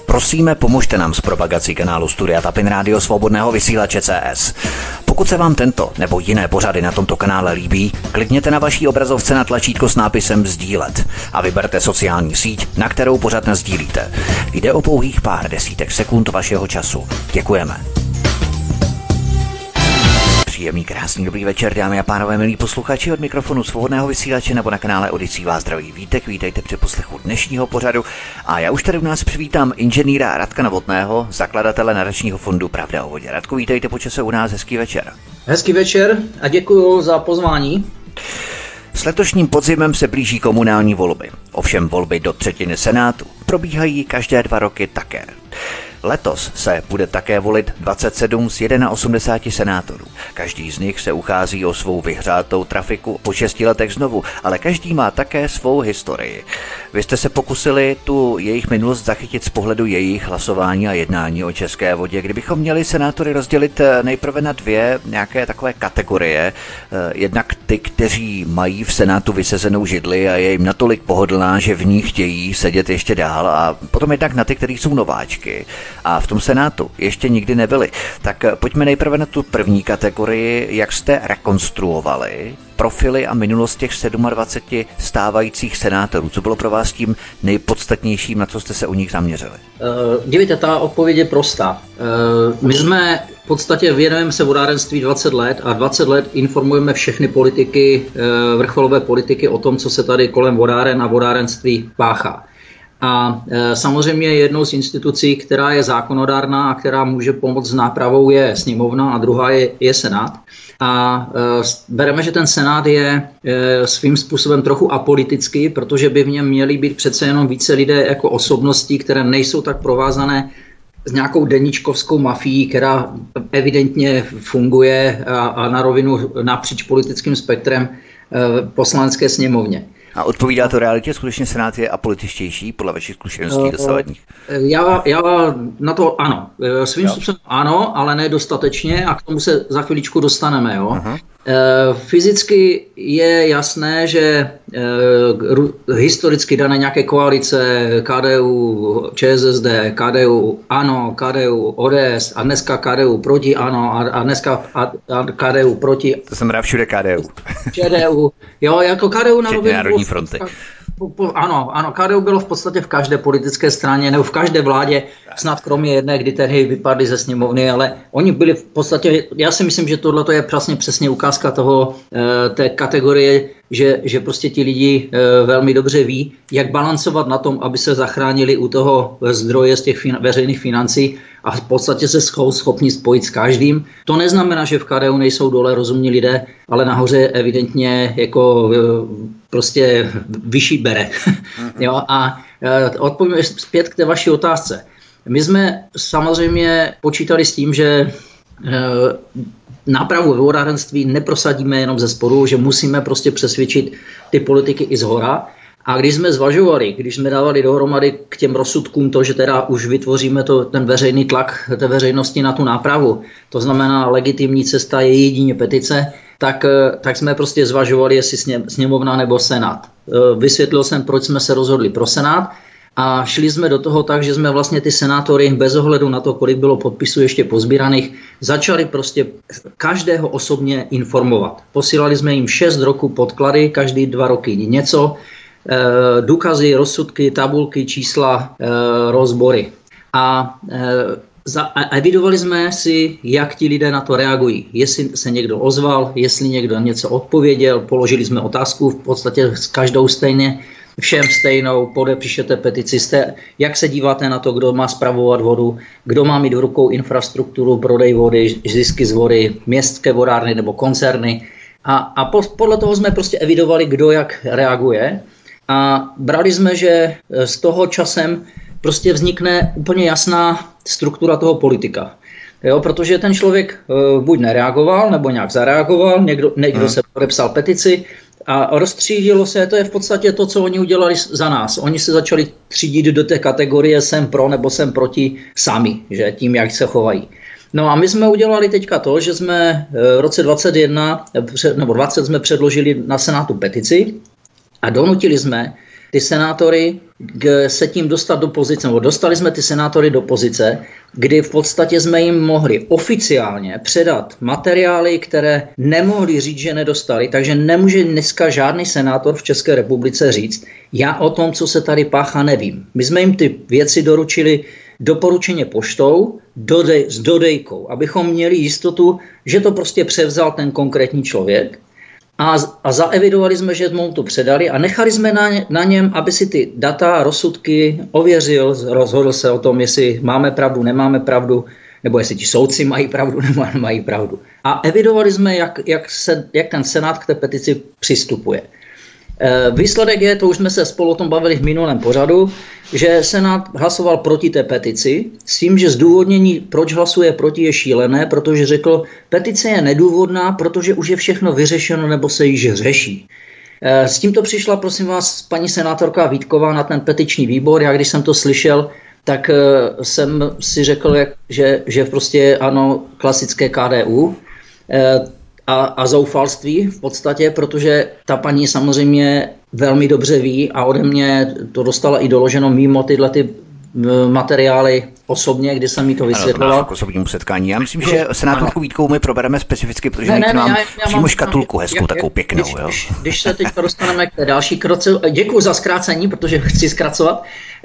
Prosíme, pomožte nám s propagací kanálu Studia Tapin Rádio Svobodného vysílače CS. Pokud se vám tento nebo jiné pořady na tomto kanále líbí, klikněte na vaší obrazovce na tlačítko s nápisem sdílet a vyberte sociální síť, na kterou pořad nasdílíte. Jde o pouhých pár desítek sekund vašeho času. Děkujeme. Příjemný, krásný, dobrý večer, dámy a pánové, milí posluchači, od mikrofonu Svobodného vysílače nebo na kanále Odyssey vás zdraví Vítek, vítejte při poslechu dnešního pořadu a já už tady u nás přivítám inženýra Radka Novotného, zakladatele nadačního fondu Pravda o vodě. Radku, vítejte po čase u nás, hezký večer. Hezký večer a děkuji za pozvání. S letošním podzimem se blíží komunální volby, ovšem volby do třetiny Senátu probíhají každé 2 roky také. Letos se bude také volit 27 z 81 senátorů. Každý z nich se uchází o svou vyhřátou trafiku po 6 letech znovu, ale každý má také svou historii. Vy jste se pokusili tu jejich minulost zachytit z pohledu jejich hlasování a jednání o české vodě. Kdybychom měli senátory rozdělit nejprve na 2 nějaké takové kategorie, jednak ty, kteří mají v Senátu vysezenou židli a je jim natolik pohodlná, že v ní chtějí sedět ještě dál, a potom jednak na ty, kteří jsou nováčky a v tom Senátu ještě nikdy nebyli. Tak pojďme nejprve na tu první kategorii, jak jste rekonstruovali profily a minulost těch 27 stávajících senátorů. Co bylo pro vás tím nejpodstatnějším, na co jste se u nich zaměřili? Dívejte, ta odpověď je prostá. My jsme v podstatě věnujeme se vodárenství 20 let a 20 let informujeme všechny politiky, vrcholové politiky o tom, co se tady kolem vodáren a vodárenství páchá. A samozřejmě jednou z institucí, která je zákonodárná a která může pomoct s nápravou, je sněmovna a druhá je Senát. A bereme, že ten Senát je svým způsobem trochu apolitický, protože by v něm měli být přece jenom více lidé jako osobností, které nejsou tak provázané s nějakou deníčkovskou mafií, která evidentně funguje a na rovinu napříč politickým spektrem v poslanecké sněmovně. A odpovídá to realitě? Skutečně Senát je apolitičtější podle vašich zkušeností dosavadních? Já na to ano. Svým způsobem ano, ale ne dostatečně a k tomu se za chviličku dostaneme. Jo? Fyzicky je jasné, že historicky dané nějaké koalice KDU, ČSSD, KDU ANO, KDU ODS a dneska KDU proti ANO a dneska KDU proti... To jsem rád všude KDU. ČDU, jo, jako KDU na rovinu... Národní fronty. Ano, KDU bylo v podstatě v každé politické straně nebo v každé vládě, snad kromě jedné, kdy tehdy vypadli ze sněmovny, ale oni byli v podstatě, já si myslím, že tohle je přesně ukázka toho, té kategorie, že prostě ti lidi velmi dobře ví, jak balancovat na tom, aby se zachránili u toho zdroje z těch veřejných financí a v podstatě se schopni spojit s každým. To neznamená, že v KDU nejsou dole rozumní lidé, ale nahoře evidentně jako prostě vyšší bere. Jo, a odpovím zpět k té vaší otázce. My jsme samozřejmě počítali s tím, že nápravu ve vodárenství neprosadíme jenom ze spodu, že musíme prostě přesvědčit ty politiky i zhora. A když jsme zvažovali, když jsme dávali dohromady k těm rozsudkům to, že teda už vytvoříme ten veřejný tlak té veřejnosti na tu nápravu, to znamená legitimní cesta je jedině petice, tak jsme prostě zvažovali, jestli sněmovna nebo Senát. Vysvětlil jsem, proč jsme se rozhodli pro Senát a šli jsme do toho tak, že jsme vlastně ty senátory bez ohledu na to, kolik bylo podpisů ještě pozbíraných, začali prostě každého osobně informovat. Posílali jsme jim 6 roků podklady, každý 2 roky něco, důkazy, rozsudky, tabulky, čísla, rozbory. A evidovali jsme si, jak ti lidé na to reagují. Jestli se někdo ozval, jestli někdo něco odpověděl, položili jsme otázku v podstatě s každou stejně, všem stejnou, podepíšete petici, jak se díváte na to, kdo má spravovat vodu, kdo má mít v rukou infrastrukturu, prodej vody, zisky z vody, městské vodárny nebo koncerny. A podle toho jsme prostě evidovali, kdo jak reaguje. A brali jsme, že z toho časem prostě vznikne úplně jasná struktura toho politika. Jo, protože ten člověk buď nereagoval, nebo nějak zareagoval, někdo se podepsal petici a rozstřídilo se, to je v podstatě to, co oni udělali za nás. Oni se začali třídit do té kategorie jsem pro nebo jsem proti sami, že tím, jak se chovají. No a my jsme udělali teďka to, že jsme v roce 2021 nebo 20 jsme předložili na Senátu petici a donutili jsme ty senátory se tím dostat do pozice, nebo dostali jsme ty senátory do pozice, kdy v podstatě jsme jim mohli oficiálně předat materiály, které nemohli říct, že nedostali, takže nemůže dneska žádný senátor v České republice říct, já o tom, co se tady páchá, nevím. My jsme jim ty věci doručili doporučeně poštou s dodejkou, abychom měli jistotu, že to prostě převzal ten konkrétní člověk. A zaevidovali jsme, že mu to předali a nechali jsme na něm, aby si ty data, rozsudky ověřil, rozhodl se o tom, jestli máme pravdu, nemáme pravdu, nebo jestli ti soudci mají pravdu, nebo nemají pravdu. A evidovali jsme, jak ten Senát k té petici přistupuje. Výsledek je, to už jsme se spolu o tom bavili v minulém pořadu, že Senát hlasoval proti té petici s tím, že zdůvodnění, proč hlasuje proti, je šílené, protože řekl, petice je nedůvodná, protože už je všechno vyřešeno nebo se již řeší. S tímto přišla, prosím vás, paní senátorka Vítková na ten petiční výbor. Já když jsem to slyšel, tak jsem si řekl, že prostě ano, klasické KDU. A zoufalství v podstatě, protože ta paní samozřejmě velmi dobře ví a ode mě to dostala i doloženo mimo tyhle ty materiály osobně, kdy jsem jí to vysvětloval. K osobnímu setkání. Já myslím, že senátorku Vítkovou my probereme specificky, protože mám přímo škatulku hezkou, takovou pěknou. Když se teď dostaneme k té další kroce, děkuji za zkrácení, protože chci zkracovat.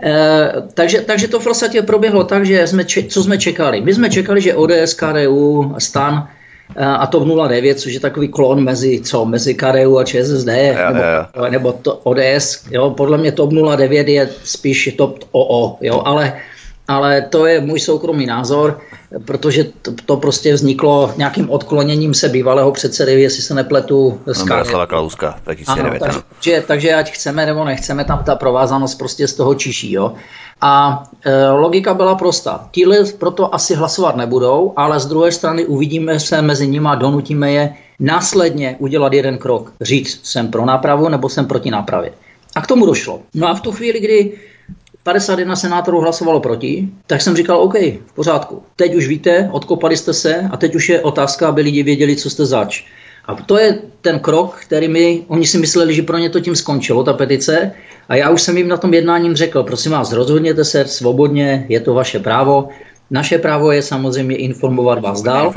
Takže to v podstatě proběhlo tak, že co jsme čekali? My jsme čekali, že ODS, KDU, STAN a TOP 09, což je takový klon mezi KDU a ČSSD, nebo to ODS, jo, podle mě TOP 09 je spíš TOP OO, jo, ale to je můj soukromý názor, protože to prostě vzniklo nějakým odkloněním se bývalého předsedy, jestli se nepletu, z Miroslava Kalouska, 2009. Takže ať chceme nebo nechceme, tam ta provázanost prostě z toho čiší, jo. A logika byla prostá. Tíhle proto asi hlasovat nebudou, ale z druhé strany uvidíme se mezi nimi a donutíme je následně udělat jeden krok. Říct, jsem pro nápravu nebo jsem proti nápravě. A k tomu došlo. No a v tu chvíli, kdy 51 senátorů hlasovalo proti, tak jsem říkal, OK, v pořádku. Teď už víte, odkopali jste se a teď už je otázka, aby lidi věděli, co jste zač. A to je ten krok, který oni si mysleli, že pro ně to tím skončilo, ta petice. A já už jsem jim na tom jednáním řekl, prosím vás, rozhodněte se svobodně, je to vaše právo. Naše právo je samozřejmě informovat vás dál,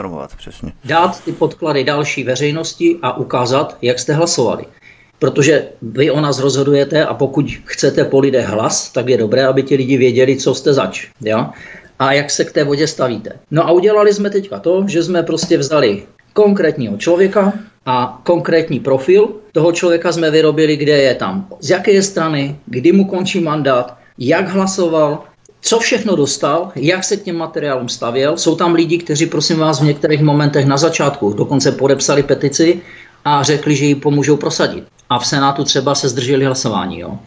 dát ty podklady další veřejnosti a ukázat, jak jste hlasovali. Protože vy o nás rozhodujete a pokud chcete po lidech hlas, tak je dobré, aby ti lidi věděli, co jste zač. Jo? A jak se k té vodě stavíte. No a udělali jsme teďka to, že jsme prostě vzali konkrétního člověka a konkrétní profil toho člověka jsme vyrobili, kde je tam, z jaké je strany, kdy mu končí mandát, jak hlasoval, co všechno dostal, jak se k těm materiálům stavěl. Jsou tam lidi, kteří, prosím vás, v některých momentech na začátku dokonce podepsali petici a řekli, že ji pomůžou prosadit. A v Senátu třeba se zdrželi hlasování. Jo.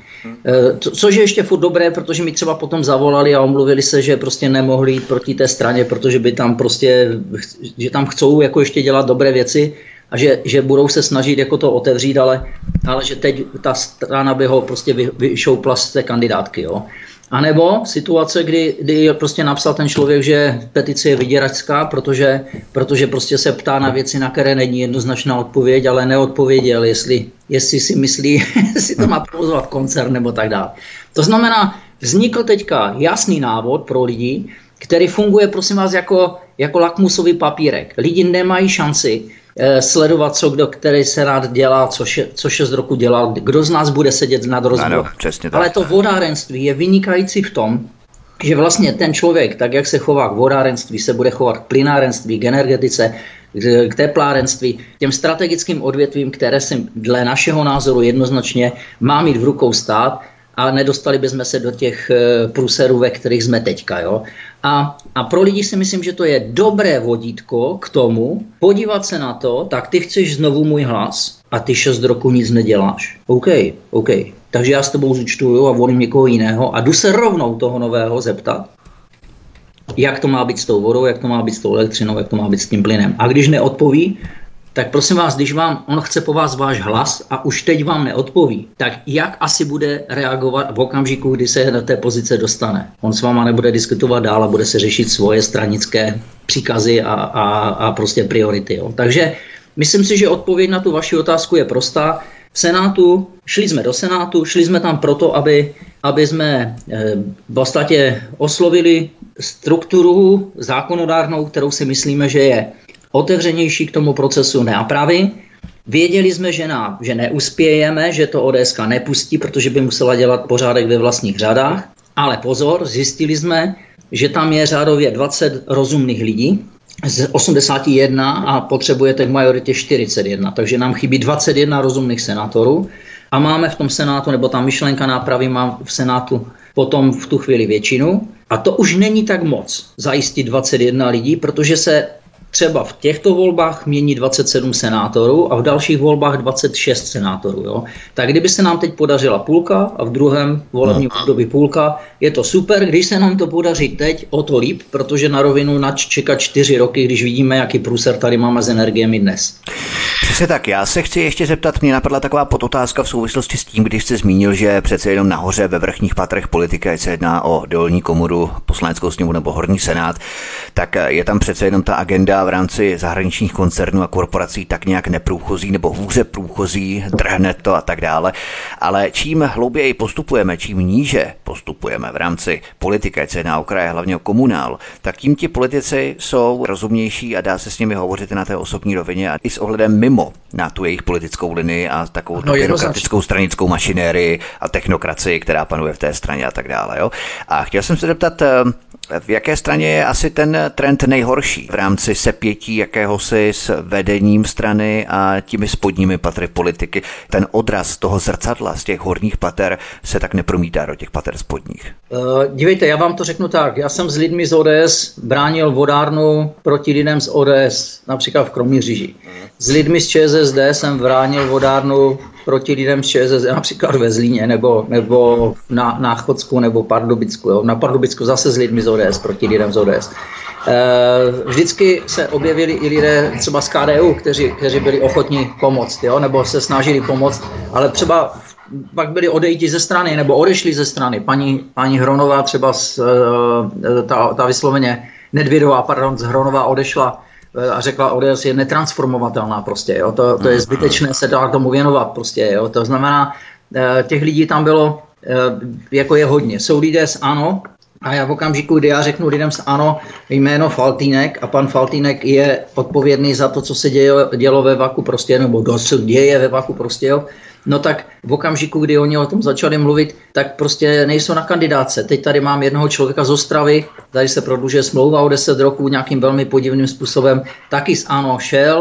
Což je ještě furt dobré, protože mi třeba potom zavolali a omluvili se, že prostě nemohli jít proti té straně, protože by tam prostě, že tam chcou jako ještě dělat dobré věci a že budou se snažit jako to otevřít, ale že teď ta strana by ho prostě vyšoupla z té kandidátky. Jo. A nebo situace, kdy prostě napsal ten člověk, že petice je vyděračská, protože prostě se ptá na věci, na které není jednoznačná odpověď, ale neodpověděl, jestli si myslí, jestli to má provozovat koncern nebo tak dále. To znamená, vznikl teďka jasný návod pro lidi, který funguje, prosím vás, jako lakmusový papírek. Lidi nemají šanci sledovat, co kdo, který senát dělá, co 6 roku dělal, kdo z nás bude sedět nad rozborem. Ale to vodárenství je vynikající v tom, že vlastně ten člověk, tak jak se chová k vodárenství, se bude chovat k plynárenství, k energetice, k teplárenství, těm strategickým odvětvím, které si dle našeho názoru jednoznačně má mít v rukou stát, a nedostali bychom se do těch průserů, ve kterých jsme teďka. Jo? A pro lidi si myslím, že to je dobré vodítko k tomu, podívat se na to, tak ty chceš znovu můj hlas a ty 6 roku nic neděláš. OK. Takže já s tebou zúčtuju a volím někoho jiného a jdu se rovnou toho nového zeptat, jak to má být s tou vodou, jak to má být s tou elektřinou, jak to má být s tím plynem. A když neodpoví, tak prosím vás, když on chce po vás váš hlas a už teď vám neodpoví, tak jak asi bude reagovat v okamžiku, kdy se na té pozice dostane? On s váma nebude diskutovat dál a bude se řešit svoje stranické příkazy a prostě priority. Jo. Takže myslím si, že odpověď na tu vaši otázku je prostá. Senátu, šli jsme tam proto, aby jsme v podstatě oslovili strukturu zákonodárnou, kterou si myslíme, že je otevřenější k tomu procesu nápravy. Věděli jsme, že neuspějeme, že to ODS nepustí, protože by musela dělat pořádek ve vlastních řadách. Ale pozor, zjistili jsme, že tam je řádově 20 rozumných lidí z 81 a potřebujete v majoritě 41. Takže nám chybí 21 rozumných senátorů a máme v tom Senátu, nebo ta myšlenka nápravy má v Senátu potom v tu chvíli většinu. A to už není tak moc zajistit 21 lidí, protože se třeba v těchto volbách mění 27 senátorů a v dalších volbách 26 senátorů. Jo? Tak kdyby se nám teď podařila půlka a v druhém volebním období půlka, je to super. Když se nám to podaří teď, o to líp, protože na rovinu čekat 4 roky, když vidíme, jaký průser tady máme s energiemi dnes. Přesně tak, já se chci ještě zeptat, mě napadla taková podotázka v souvislosti s tím, když jste zmínil, že přece jenom nahoře ve vrchních patrech politika, ať se jedná o dolní komoru, poslaneckou sněmovnu nebo horní senát, tak je tam přece jenom ta agenda v rámci zahraničních koncernů a korporací tak nějak neprůchozí nebo hůře průchozí, drhne to a tak dále. Ale čím hlouběji postupujeme, čím níže postupujeme v rámci politiky, ať se jedná o kraje, hlavně o komunál, tak tím ti politici jsou rozumnější a dá se s nimi hovořit na té osobní rovině a i s ohledem mimo na tu jejich politickou linii a takovou byrokratickou stranickou mašinérii a technokracii, která panuje v té straně a tak dále. Jo? A chtěl jsem se zeptat, v jaké straně je asi ten trend nejhorší v rámci sepětí jakéhosi s vedením strany a těmi spodními patry politiky. Ten odraz toho zrcadla z těch horních pater se tak nepromítá do těch pater spodních. Dívejte, já vám to řeknu tak. Já jsem s lidmi z ODS bránil vodárnu proti lidem z ODS, například v Kroměříži. S lidmi z ČSSD jsem bránil vodárnu proti lidem z ČSSD, například ve Zlíně, nebo na Chodsku, nebo Pardubicku. Jo. Na Pardubicku zase s lidmi z ODS, proti lidem z ODS. Vždycky se objevili i lidé třeba z KDU, kteří byli ochotní pomoct, jo, nebo se snažili pomoct, ale třeba pak byli odejti ze strany, nebo odešli ze strany. Paní Hronová třeba, ta vysloveně Nedvědová, z Hronová odešla a řekla, ODS je netransformovatelná prostě, jo. To je zbytečné se dá tomu věnovat prostě, jo. To znamená, těch lidí tam bylo, jako je hodně. Jsou lidé z ANO, a já v okamžiku, kdy já řeknu lidem z ANO jméno Faltýnek a pan Faltýnek je odpovědný za to, co se dělo ve Vaku prostě, nebo dosud děje ve Vaku prostě, jo. No tak v okamžiku, kdy oni o tom začali mluvit, tak prostě nejsou na kandidáce. Teď tady mám jednoho člověka z Ostravy, tady se prodlužuje smlouva o 10 roků nějakým velmi podivným způsobem, taky z ANO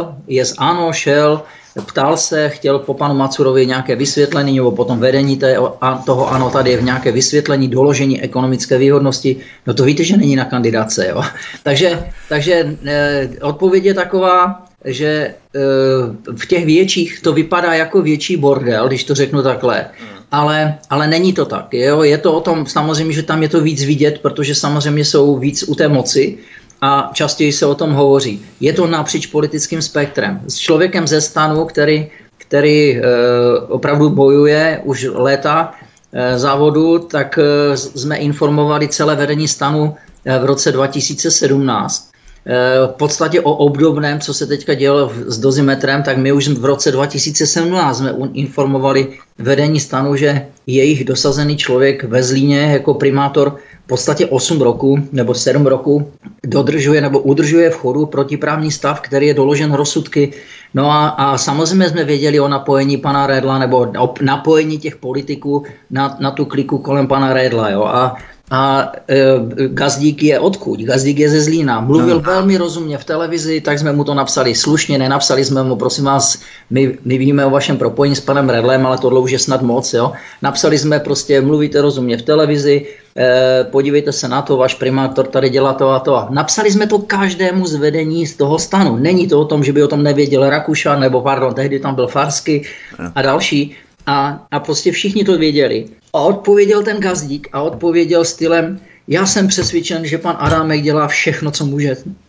šel, ptal se, chtěl po panu Macurovi nějaké vysvětlení, nebo potom vedení toho ANO tady je v nějaké vysvětlení, doložení ekonomické výhodnosti. No to víte, že není na kandidáce, jo. Takže odpověď je taková, že v těch větších to vypadá jako větší bordel, když to řeknu takhle, ale není to tak. Jo? Je to o tom, samozřejmě, že tam je to víc vidět, protože samozřejmě jsou víc u té moci a častěji se o tom hovoří. Je to napříč politickým spektrem. S člověkem ze STANu, který opravdu bojuje už léta závodu, tak jsme informovali celé vedení STANu v roce 2017. V podstatě o obdobném, co se teďka dělo s dozimetrem, tak my už v roce 2017 jsme informovali vedení STANu, že jejich dosazený člověk ve Zlíně jako primátor v podstatě 8 roků nebo 7 roků dodržuje nebo udržuje v chodu protiprávní stav, který je doložen rozsudky. No a samozřejmě jsme věděli o napojení pana Redla nebo o napojení těch politiků na tu kliku kolem pana Redla. Jo? A Gazdík je odkud? Gazdík je ze Zlína. Mluvil velmi rozumně v televizi, tak jsme mu to napsali slušně, nenapsali jsme mu, prosím vás, my víme o vašem propojení s panem Redlem, ale tohle už je snad moc, jo. Napsali jsme prostě, mluvíte rozumně v televizi, podívejte se na to, váš primátor tady dělá to a to. Napsali jsme to každému z vedení z toho STANu. Není to o tom, že by o tom nevěděl Rakušan, nebo tehdy tam byl Farsky a další. A prostě všichni to věděli. A odpověděl ten Gazdík a odpověděl stylem, já jsem přesvědčen, že pan Adámek dělá všechno, co může.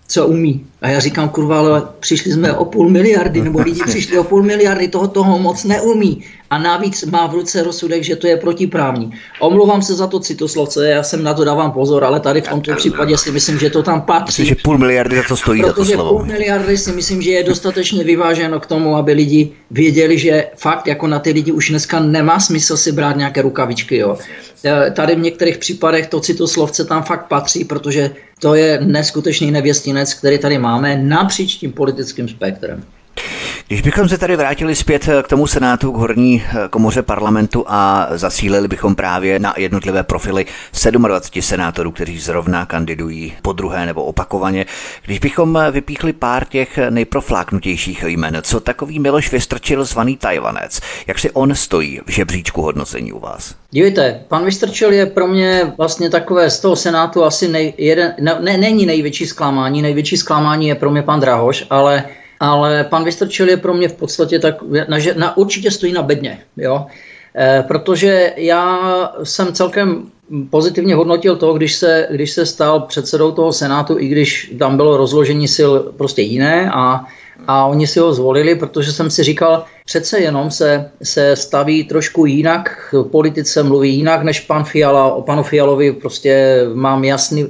co umí. A já říkám, kurva, ale přišli jsme o 0,5 miliardy, nebo lidi přišli o 0,5 miliardy, toho moc neumí. A navíc má v ruce rozsudek, že to je protiprávní. Omlouvám se za to citoslovce, já jsem na to dávám pozor, ale tady v tomto případě si myslím, že to tam patří. Že 0,5 miliardy za to stojí, za to slovo. Protože 0,5 miliardy si myslím, že je dostatečně vyváženo k tomu, aby lidi věděli, že fakt jako na ty lidi už dneska nemá smysl si brát nějaké rukavičky. Jo. Tady v některých případech to citoslovce tam fakt patří, protože to je neskutečný nevěstinec, který tady máme napříč tím politickým spektrem. Když bychom se tady vrátili zpět k tomu Senátu, k horní komoře parlamentu a zasílili bychom právě na jednotlivé profily 27 senátorů, kteří zrovna kandidují podruhé nebo opakovaně. Když bychom vypíchli pár těch nejprofláknutějších jmen, co takový Miloš Vystrčil zvaný Tajvanec, jak si on stojí v žebříčku hodnocení u vás? Dívejte, pan Vystrčil je pro mě vlastně takové z toho Senátu asi není největší zklamání. Největší zklamání je pro mě pan Drahoš, ale pan Vystrčil je pro mě v podstatě tak, určitě stojí na bedně, jo? Protože já jsem celkem pozitivně hodnotil to, když se stal předsedou toho Senátu, i když tam bylo rozložení sil prostě jiné a oni si ho zvolili, protože jsem si říkal, přece jenom se staví trošku jinak, v politice mluví jinak než pan Fiala. O panu Fialovi prostě mám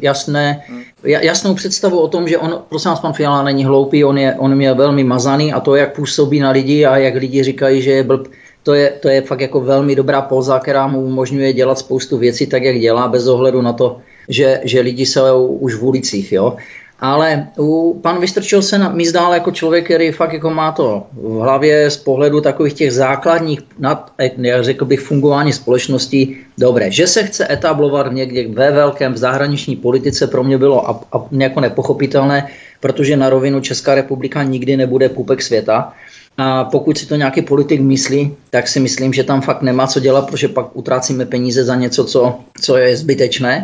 jasnou představu o tom, že on, prosím vás, pan Fiala není hloupý, on je velmi mazaný a to, jak působí na lidi a jak lidi říkají, že je blb, to je fakt jako velmi dobrá póza, která mu umožňuje dělat spoustu věcí tak, jak dělá, bez ohledu na to, že lidi jsou už v ulicích, jo. Ale pan Vystrčil se mi zdál jako člověk, který fakt jako má to v hlavě z pohledu takových těch základních, řekl bych, fungování společnosti dobré. Že se chce etablovat někde ve velkém v zahraniční politice, pro mě bylo jako nepochopitelné, protože na rovinu Česká republika nikdy nebude pupek světa. A pokud si to nějaký politik myslí, tak si myslím, že tam fakt nemá co dělat, protože pak utrácíme peníze za něco, co je zbytečné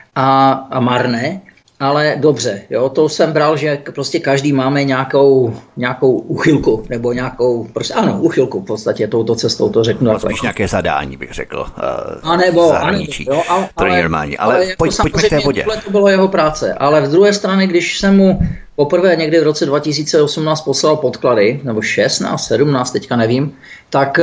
a marné. Ale dobře, jo, to jsem bral, že prostě každý máme nějakou uchylku, nebo nějakou, prostě ano, uchylku v podstatě touto cestou, to řeknu. No, spíš nějaké zadání, bych řekl, zahraničí. To je normální, ale pojďme k té vodě. To bylo jeho práce, ale z druhé strany, když jsem mu poprvé někdy v roce 2018 poslal podklady, nebo 16, 17, teďka nevím, tak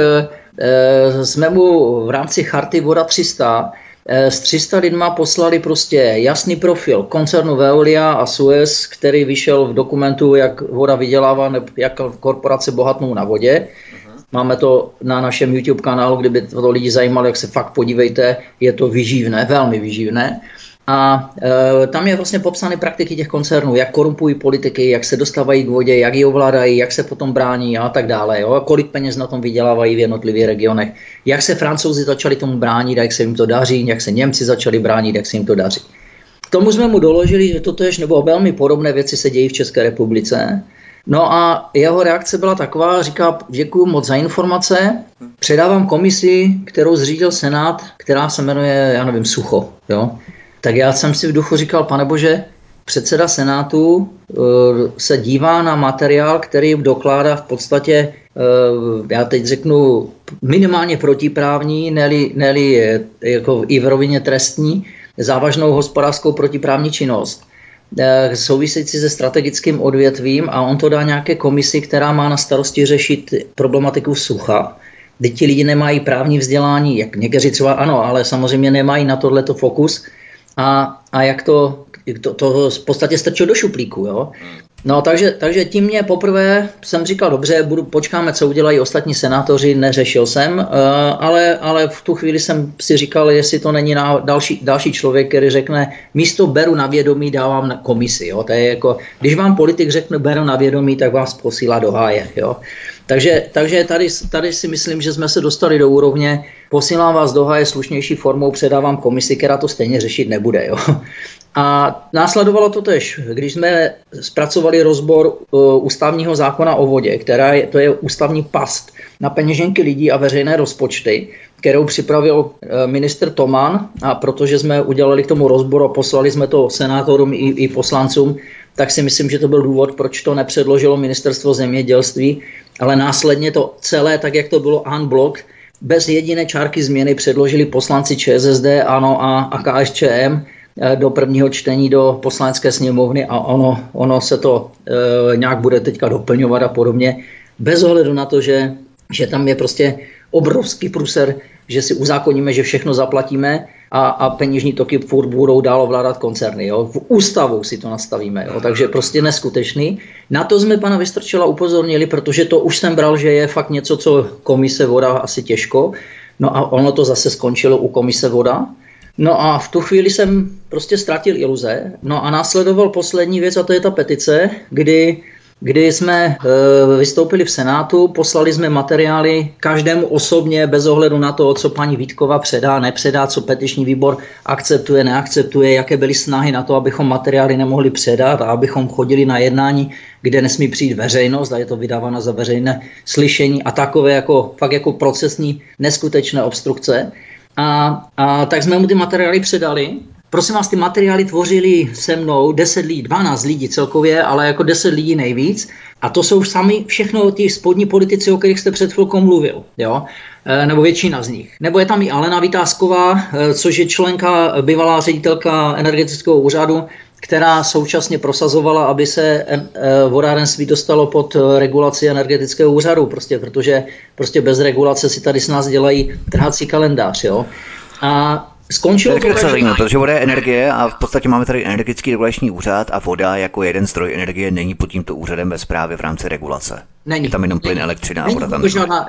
jsme mu v rámci charty Voda 300 s 300 lidma poslali prostě jasný profil koncernu Veolia a Suez, který vyšel v dokumentu, jak voda vydělává, jak korporace bohatnou na vodě. Máme to na našem YouTube kanálu, kdyby to lidi zajímalo, jak se fakt podívejte, je to výživné, velmi výživné. A tam je vlastně popsány praktiky těch koncernů, jak korumpují politiky, jak se dostávají k vodě, jak ji ovládají, jak se potom brání a tak dále. Jo? Kolik peněz na tom vydělávají v jednotlivých regionech, jak se Francouzi začali tomu bránit, jak se jim to daří, jak se Němci začali bránit, jak se jim to daří. K tomu jsme mu doložili, že totéž nebo velmi podobné věci se dějí v České republice. No a jeho reakce byla taková, říká, děkuju moc za informace, předávám komisi, kterou zřídil Senát, která se jmenuje, já nevím, Sucho, jo. Tak já jsem si v duchu říkal, panebože, předseda Senátu se dívá na materiál, který dokládá v podstatě, já teď řeknu, minimálně protiprávní, ne-li jako i v rovině trestní, závažnou hospodářskou protiprávní činnost, související se strategickým odvětvím a on to dá nějaké komisi, která má na starosti řešit problematiku sucha. Teď ti lidi nemají právní vzdělání, jak někteří třeba ano, ale samozřejmě nemají na tohleto fokus. A jak to v podstatě strčil do šuplíku, jo. No takže tím mě poprvé jsem říkal, dobře, počkáme, co udělají ostatní senátoři, neřešil jsem, ale v tu chvíli jsem si říkal, jestli to není další člověk, který řekne, místo beru na vědomí, dávám na komisi, jo. To je jako, když vám politik řekne beru na vědomí, tak vás posílá do háje, jo. Takže tady si myslím, že jsme se dostali do úrovně, posílám vás do háje slušnější formou, předávám komisi, která to stejně řešit nebude. Jo. A následovalo to tež, když jsme zpracovali rozbor ústavního zákona o vodě, to je ústavní past na peněženky lidí a veřejné rozpočty, kterou připravil ministr Toman, a protože jsme udělali k tomu rozbor a poslali jsme to senátorům i poslancům, tak si myslím, že to byl důvod, proč to nepředložilo ministerstvo zemědělství, ale následně to celé, tak jak to bylo en bloc, bez jediné čárky změny předložili poslanci ČSSD, ANO a KSČM, do prvního čtení do poslanecké sněmovny a ono se to nějak bude teďka doplňovat a podobně. Bez ohledu na to, že tam je prostě obrovský průser, že si uzákoníme, že všechno zaplatíme a peněžní toky furt budou dál ovládat koncerny. Jo? V ústavu si to nastavíme, jo? Takže prostě neskutečný. Na to jsme pana Vystrčila upozornili, protože to už jsem bral, že je fakt něco, co komise Voda asi těžko. No a ono to zase skončilo u komise Voda. No a v tu chvíli jsem prostě ztratil iluze. No a následoval poslední věc a to je ta petice, kdy jsme vystoupili v Senátu, poslali jsme materiály každému osobně, bez ohledu na to, co paní Vítková předá, nepředá, co petiční výbor akceptuje, neakceptuje, jaké byly snahy na to, abychom materiály nemohli předat a abychom chodili na jednání, kde nesmí přijít veřejnost a je to vydáváno za veřejné slyšení a takové fakt jako procesní neskutečné obstrukce. A tak jsme mu ty materiály předali. Prosím vás, ty materiály tvořili se mnou 10 lidí, 12 lidí celkově, ale jako 10 lidí nejvíc. A to jsou sami všechno ti spodní politici, o kterých jste před chvilkou mluvil, jo? Nebo většina z nich. Nebo je tam i Alena Vytázková, což je členka, bývalá ředitelka energetického úřadu, která současně prosazovala, aby se vodárenství dostalo pod regulaci energetického úřadu, protože bez regulace si tady s nás dělají trhací kalendář, jo? A skončilo to tak, protože voda je energie a v podstatě máme tady energetický regulační úřad a voda jako jeden zdroj energie není pod tímto úřadem ve správě v rámci regulace. Není. Je tam jenom plyn, elektřina a voda tam.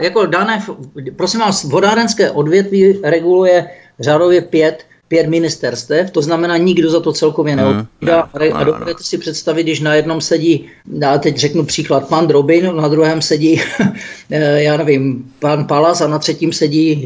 Prosím vás, vodárenské odvětví reguluje řádově 5 ministerstev, to znamená, nikdo za to celkově neodpovídá. A dovedete si představit, když na jednom sedí, já teď řeknu příklad, pan Drobin, na druhém sedí, já nevím, pan Palas a na třetím sedí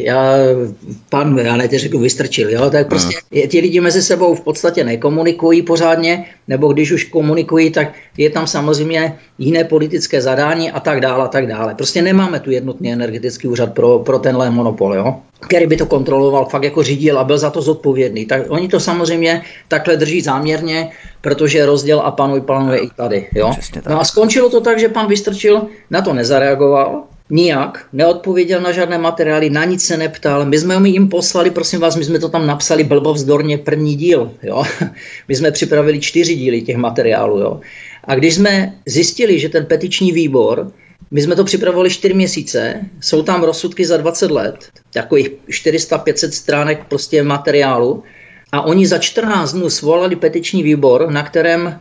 řeknu Vystrčil. Jo? Tak prostě ti lidi mezi sebou v podstatě nekomunikují pořádně, nebo když už komunikují, tak je tam samozřejmě jiné politické zadání a tak dále, a tak dále. Prostě nemáme tu jednotný energetický úřad pro tenhle monopol, jo? Který by to kontroloval, fakt jako řídil a byl za to zodpovědný. Tak oni to samozřejmě takhle drží záměrně, protože rozděl a panuje i tady. Jo? No a skončilo to tak, že pan Vystrčil na to nezareagoval, nijak, neodpověděl na žádné materiály, na nic se neptal. My jsme jim poslali, prosím vás, my jsme to tam napsali blbovzdorně první díl. Jo? My jsme připravili 4 díly těch materiálů. Jo? A když jsme zjistili, že ten petiční výbor, my jsme to připravovali 4 měsíce, jsou tam rozsudky za 20 let, takových 400-500 stránek prostě materiálu a oni za 14 dnů svolali petiční výbor, na kterém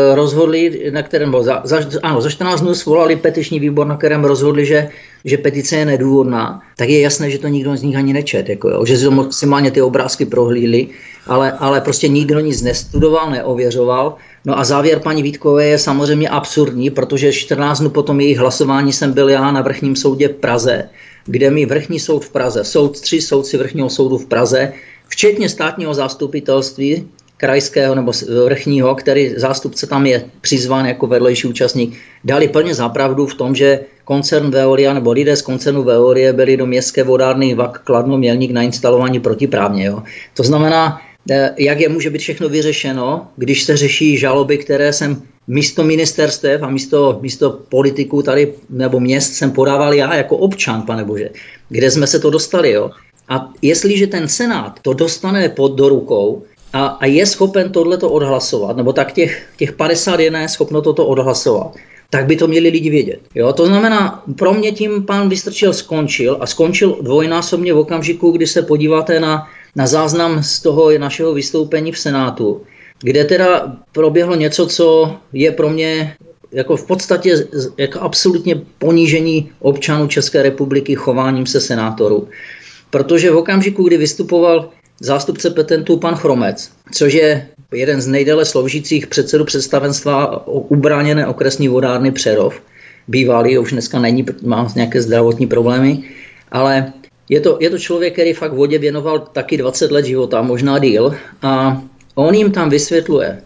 za 14 dnů svolali petiční výbor, na kterém rozhodli, že petice je nedůvodná, tak je jasné, že to nikdo z nich ani nečet, že si to maximálně ty obrázky prohlídli, ale prostě nikdo nic nestudoval, neověřoval. No a závěr paní Vítkové je samozřejmě absurdní, protože 14 dnů po tom jejich hlasování jsem byl já na vrchním soudě v Praze, kde mi vrchní soud v Praze, 3 soudci vrchního soudu v Praze, včetně státního zastupitelství krajského nebo vrchního, který zástupce tam je přizván jako vedlejší účastník, dali plně za pravdu v tom, že koncern Veolia nebo lidé z koncernu Veolie byli do městské vodárny VAK Kladno Mělník nainstalováni protiprávně. Jo. To znamená, jak může být všechno vyřešeno, když se řeší žaloby, které jsem místo ministerstev a místo politiků tady nebo měst jsem podával já jako občan, pane bože, kde jsme se to dostali. Jo. A jestliže ten Senát to dostane do rukou a je schopen tohleto odhlasovat, nebo tak těch 51 je schopno toto odhlasovat, tak by to měli lidi vědět. Jo? To znamená, pro mě tím pan Vystrčil skončil dvojnásobně v okamžiku, kdy se podíváte na záznam z toho našeho vystoupení v Senátu, kde teda proběhlo něco, co je pro mě jako v podstatě jako absolutně ponížení občanů České republiky chováním se senátorů. Protože v okamžiku, kdy vystupoval zástupce petentů pan Chromec, což je jeden z nejdéle sloužících předsedů představenstva ubráněné okresní vodárny Přerov, bývalý, už dneska není, má nějaké zdravotní problémy, ale je to člověk, který fakt vodě věnoval taky 20 let života, možná díl, a on jim tam vysvětluje,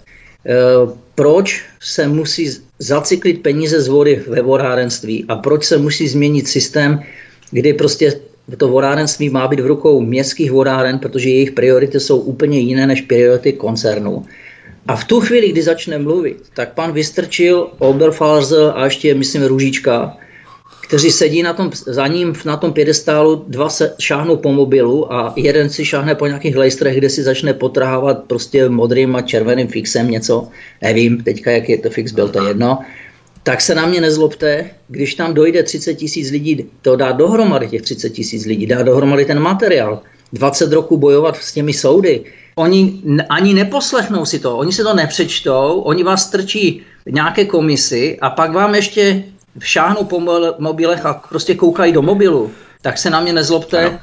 proč se musí zacyklit peníze z vody ve vodárenství a proč se musí změnit systém, kdy prostě to vodárenství má být v rukou městských vodáren, protože jejich priority jsou úplně jiné než priority koncernů. A v tu chvíli, kdy začne mluvit, tak pan Vystrčil, Oberfalzer a ještě, myslím, Růžička, kteří sedí za ním na tom piedestálu, dva se šáhnou po mobilu a jeden si šáhne po nějakých lejstrech, kde si začne potrhávat prostě modrým a červeným fixem něco, nevím teďka, jaký to fix byl, to je jedno, tak se na mě nezlobte, když tam dojde 30 000 lidí, to dá dohromady těch 30 000 lidí, dá dohromady ten materiál, 20 roků bojovat s těmi soudy, oni ani neposlechnou si to, oni si to nepřečtou, oni vás strčí nějaké komisi a pak vám ještě šáhnou po mobilech a prostě koukají do mobilu, tak se na mě nezlobte.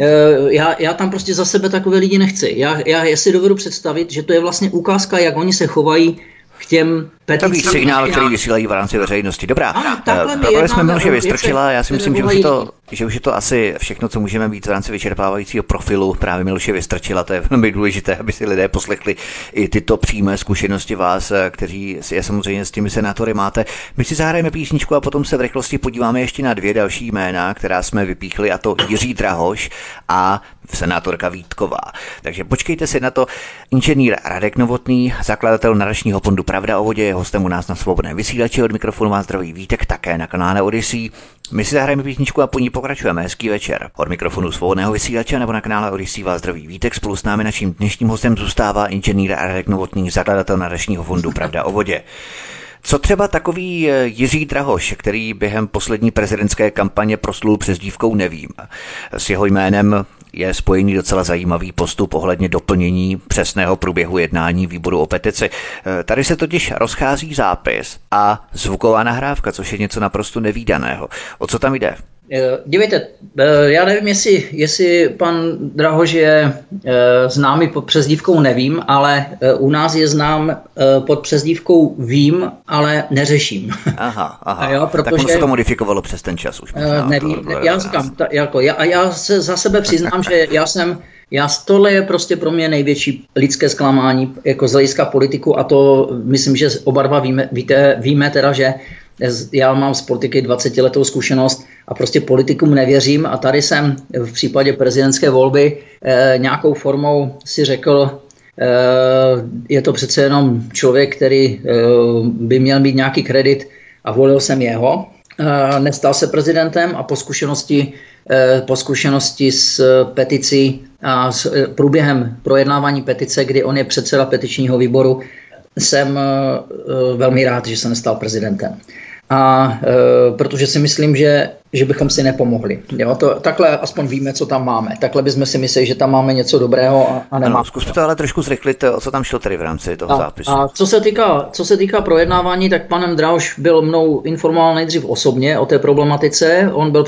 Já tam prostě za sebe takové lidi nechci. Já si dovedu představit, že to je vlastně ukázka, jak oni se chovají k těm peticím. Takový signál, který vysílají v rámci veřejnosti. Dobrá, probrali jsme Miloše Vystrčila, já si myslím, že už je to asi všechno, co můžeme být v rámci vyčerpávajícího profilu právě Miloše Vystrčila. To je velmi důležité, aby si lidé poslechli i tyto přímé zkušenosti vás, kteří si je samozřejmě s těmi senátory máte. My si zahrajeme písničku a potom se v rychlosti podíváme ještě na dvě další jména, která jsme vypíchli, a to Jiří Drahoš a senátorka Vítková. Takže počkejte si na to. Inženýr Radek Novotný, zakladatel nadačního fondu Pravda o vodě, je hostem u nás na Svobodném vysílači. Od mikrofonu vás zdraví Vítek, také na kanále Odyssey. My si zahrajeme písničku a po ní pokračujeme. Hezký večer. Od mikrofonu Svobodného vysílače nebo na kanále Odyssey vás zdraví Vítek. Spolu s námi naším dnešním hostem zůstává inženýr Radek Novotný, zakladatel nadačního fondu Pravda o vodě. Co třeba takový Jiří Drahoš, který během poslední prezidentské kampaně proslul přezdívkou Nevím. S jeho jménem je spojený docela zajímavý postup ohledně doplnění přesného průběhu jednání výboru o petici. Tady se totiž rozchází zápis a zvuková nahrávka, což je něco naprosto nevídaného. O co tam jde? Dívejte, já nevím, jestli pan Drahoš je známý pod přezdívkou Nevím, ale u nás je znám pod přezdívkou Vím, ale neřeším. Aha. Jo, protože, tak ono se to modifikovalo přes ten čas už. Nevím, já říkám, já se za sebe přiznám, že tohle je prostě pro mě největší lidské zklamání jako z hlediska politiku, a to myslím, že oba dva víme teda, že já mám z politiky 20letou zkušenost a prostě politikům nevěřím, a tady jsem v případě prezidentské volby nějakou formou si řekl, je to přece jenom člověk, který by měl mít nějaký kredit, a volil jsem jeho. Nestal se prezidentem a po zkušenosti s peticí a s průběhem projednávání petice, kdy on je předseda petičního výboru, jsem velmi rád, že se nestal prezidentem. A protože si myslím, že bychom si nepomohli. Jo, takhle aspoň víme, co tam máme. Takhle bychom si mysleli, že tam máme něco dobrého a nemáme. No, zkusme to ale trošku zrychlit, o co tam šlo tady v rámci toho zápisu. A co se týká projednávání, tak panem Drahoš byl mnou informoval nejdřív osobně o té problematice.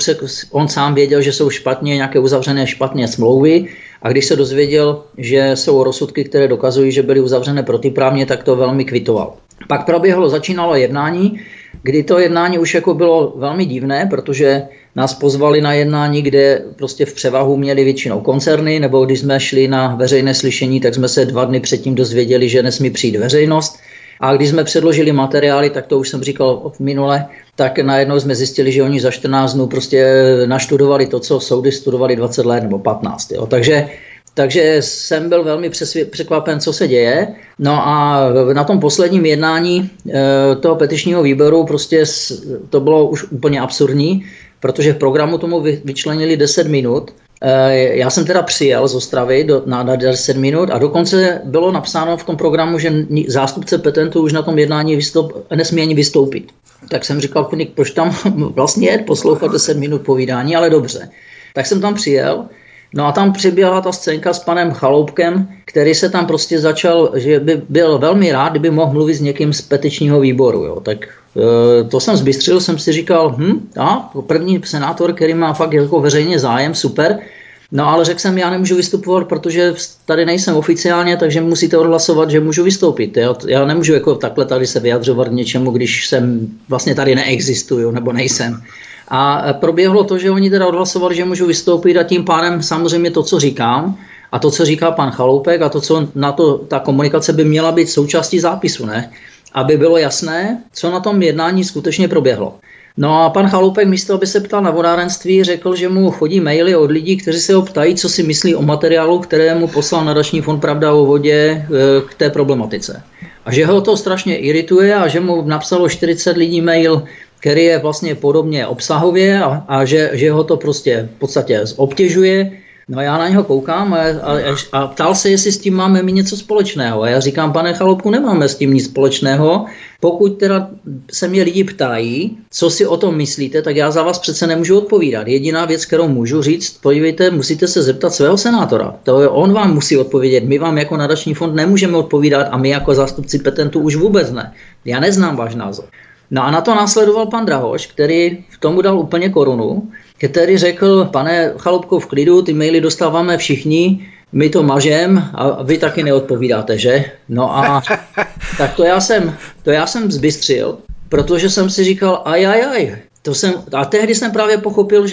On sám věděl, že jsou nějaké uzavřené špatné smlouvy, a když se dozvěděl, že jsou rozsudky, které dokazují, že byly uzavřené protiprávně, tak to velmi kvitoval. Pak začínalo jednání, kdy to jednání už jako bylo velmi divné, protože nás pozvali na jednání, kde prostě v převahu měli většinou koncerny, nebo když jsme šli na veřejné slyšení, tak jsme se 2 dny předtím dozvěděli, že nesmí přijít veřejnost. A když jsme předložili materiály, tak to už jsem říkal minule, tak najednou jsme zjistili, že oni za 14 dnů prostě naštudovali to, co soudy studovali 20 let nebo 15. Jo. Takže jsem byl velmi překvapen, co se děje. No a na tom posledním jednání toho petičního výboru prostě to bylo už úplně absurdní, protože v programu tomu vyčlenili 10 minut. Já jsem teda přijel z Ostravy na 10 minut a dokonce bylo napsáno v tom programu, že zástupce petentů už na tom jednání nesmí ani vystoupit. Tak jsem říkal, proč tam vlastně poslouchat 10 minut povídání, ale dobře. Tak jsem tam přijel. No a tam přiběhla ta scénka s panem Chaloupkem, který se tam prostě začal, že by byl velmi rád, kdyby mohl mluvit s někým z petičního výboru. Jo. Tak to jsem zbystřil, jsem si říkal, první senátor, který má fakt jako veřejně zájem, super. No ale řekl jsem, já nemůžu vystupovat, protože tady nejsem oficiálně, takže musíte odhlasovat, že můžu vystoupit. Já nemůžu jako takhle tady se vyjadřovat k něčemu, když jsem vlastně tady neexistuju nebo nejsem. A proběhlo to, že oni teda odhlasovali, že můžu vystoupit, a tím pádem samozřejmě to, co říkám, a to, co říká pan Chaloupek, a to, co na to, ta komunikace by měla být součástí zápisu, ne? Aby bylo jasné, co na tom jednání skutečně proběhlo. No a pan Chaloupek místo, aby se ptal na vodárenství, řekl, že mu chodí maily od lidí, kteří se ho ptají, co si myslí o materiálu, které mu poslal nadační fond Pravda o vodě k té problematice. A že ho to strašně irituje a že mu napsalo 40 lidí mail který je vlastně podobně obsahově a že ho to prostě v podstatě obtěžuje. No já na něho koukám a ptal se, jestli s tím máme my něco společného. A já říkám, pane Chaloupku, nemáme s tím nic společného. Pokud teda se mě lidi ptají, co si o tom myslíte, tak já za vás přece nemůžu odpovídat. Jediná věc, kterou můžu říct, podívejte, musíte se zeptat svého senátora. To je, on vám musí odpovědět. My vám jako nadační fond nemůžeme odpovídat a my jako zástupci petentů už vůbec ne. Já neznám váš názor. No a na to následoval pan Drahoš, který v tomu dal úplně korunu, který řekl, pane Chaloupko, v klidu, ty maily dostáváme všichni, my to mažem a vy taky neodpovídáte, že? No a tak to já jsem zbystřil, protože jsem si říkal, a tehdy jsem právě pochopil,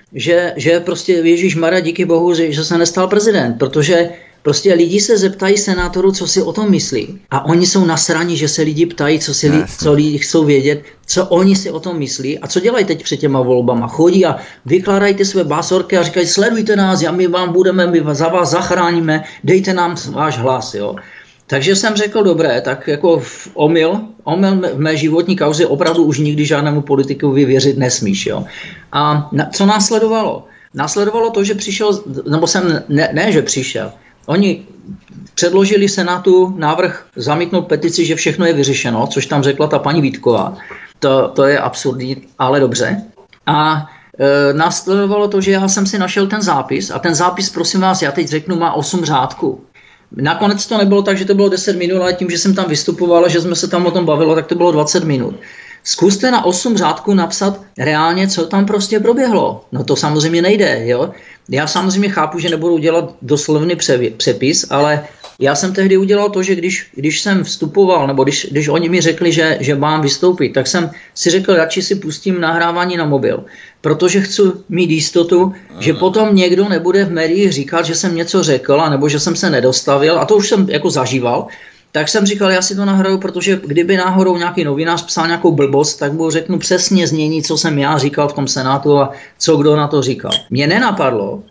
že prostě Ježíšmarja, díky bohu, že se nestal prezident, protože prostě lidi se zeptají senátorů, co si o tom myslí. A oni jsou nasraní, že se lidi ptají, co lidi chcou vědět, co oni si o tom myslí a co dělají teď před těma volbama. Chodí a vykládají ty své básorky a říkají, sledujte nás, my vám budeme, my za vás zachráníme, dejte nám váš hlas, jo. Takže jsem řekl, dobré, tak jako omyl v mé životní kauze opravdu už nikdy žádnému politikovi věřit nesmíš, jo. A co následovalo? Následovalo to, že přišel, nebo jsem, ne že přišel, oni předložili Senátu návrh zamítnout petici, že všechno je vyřešeno, což tam řekla ta paní Vítková. To je absurdní, ale dobře. A následovalo to, že já jsem si našel ten zápis a ten zápis, prosím vás, já teď řeknu, má 8 řádků. Nakonec to nebylo tak, že to bylo 10 minut, ale tím, že jsem tam vystupoval a že jsme se tam o tom bavili, tak to bylo 20 minut. Zkuste na 8 řádků napsat reálně, co tam prostě proběhlo. No to samozřejmě nejde, jo. Já samozřejmě chápu, že nebudu dělat doslovný přepis, ale já jsem tehdy udělal to, že když jsem vstupoval, nebo když oni mi řekli, že mám vystoupit, tak jsem si řekl, radši si pustím nahrávání na mobil, protože chci mít jistotu, že potom někdo nebude v médiích říkat, že jsem něco řekl, nebo že jsem se nedostavil, a to už jsem jako zažíval. Tak jsem říkal, já si to nahraju, protože kdyby náhodou nějaký novinář psal nějakou blbost, tak mu řeknu přesně znění, co jsem já říkal v tom Senátu a co kdo na to říkal. Mně nenapadlo,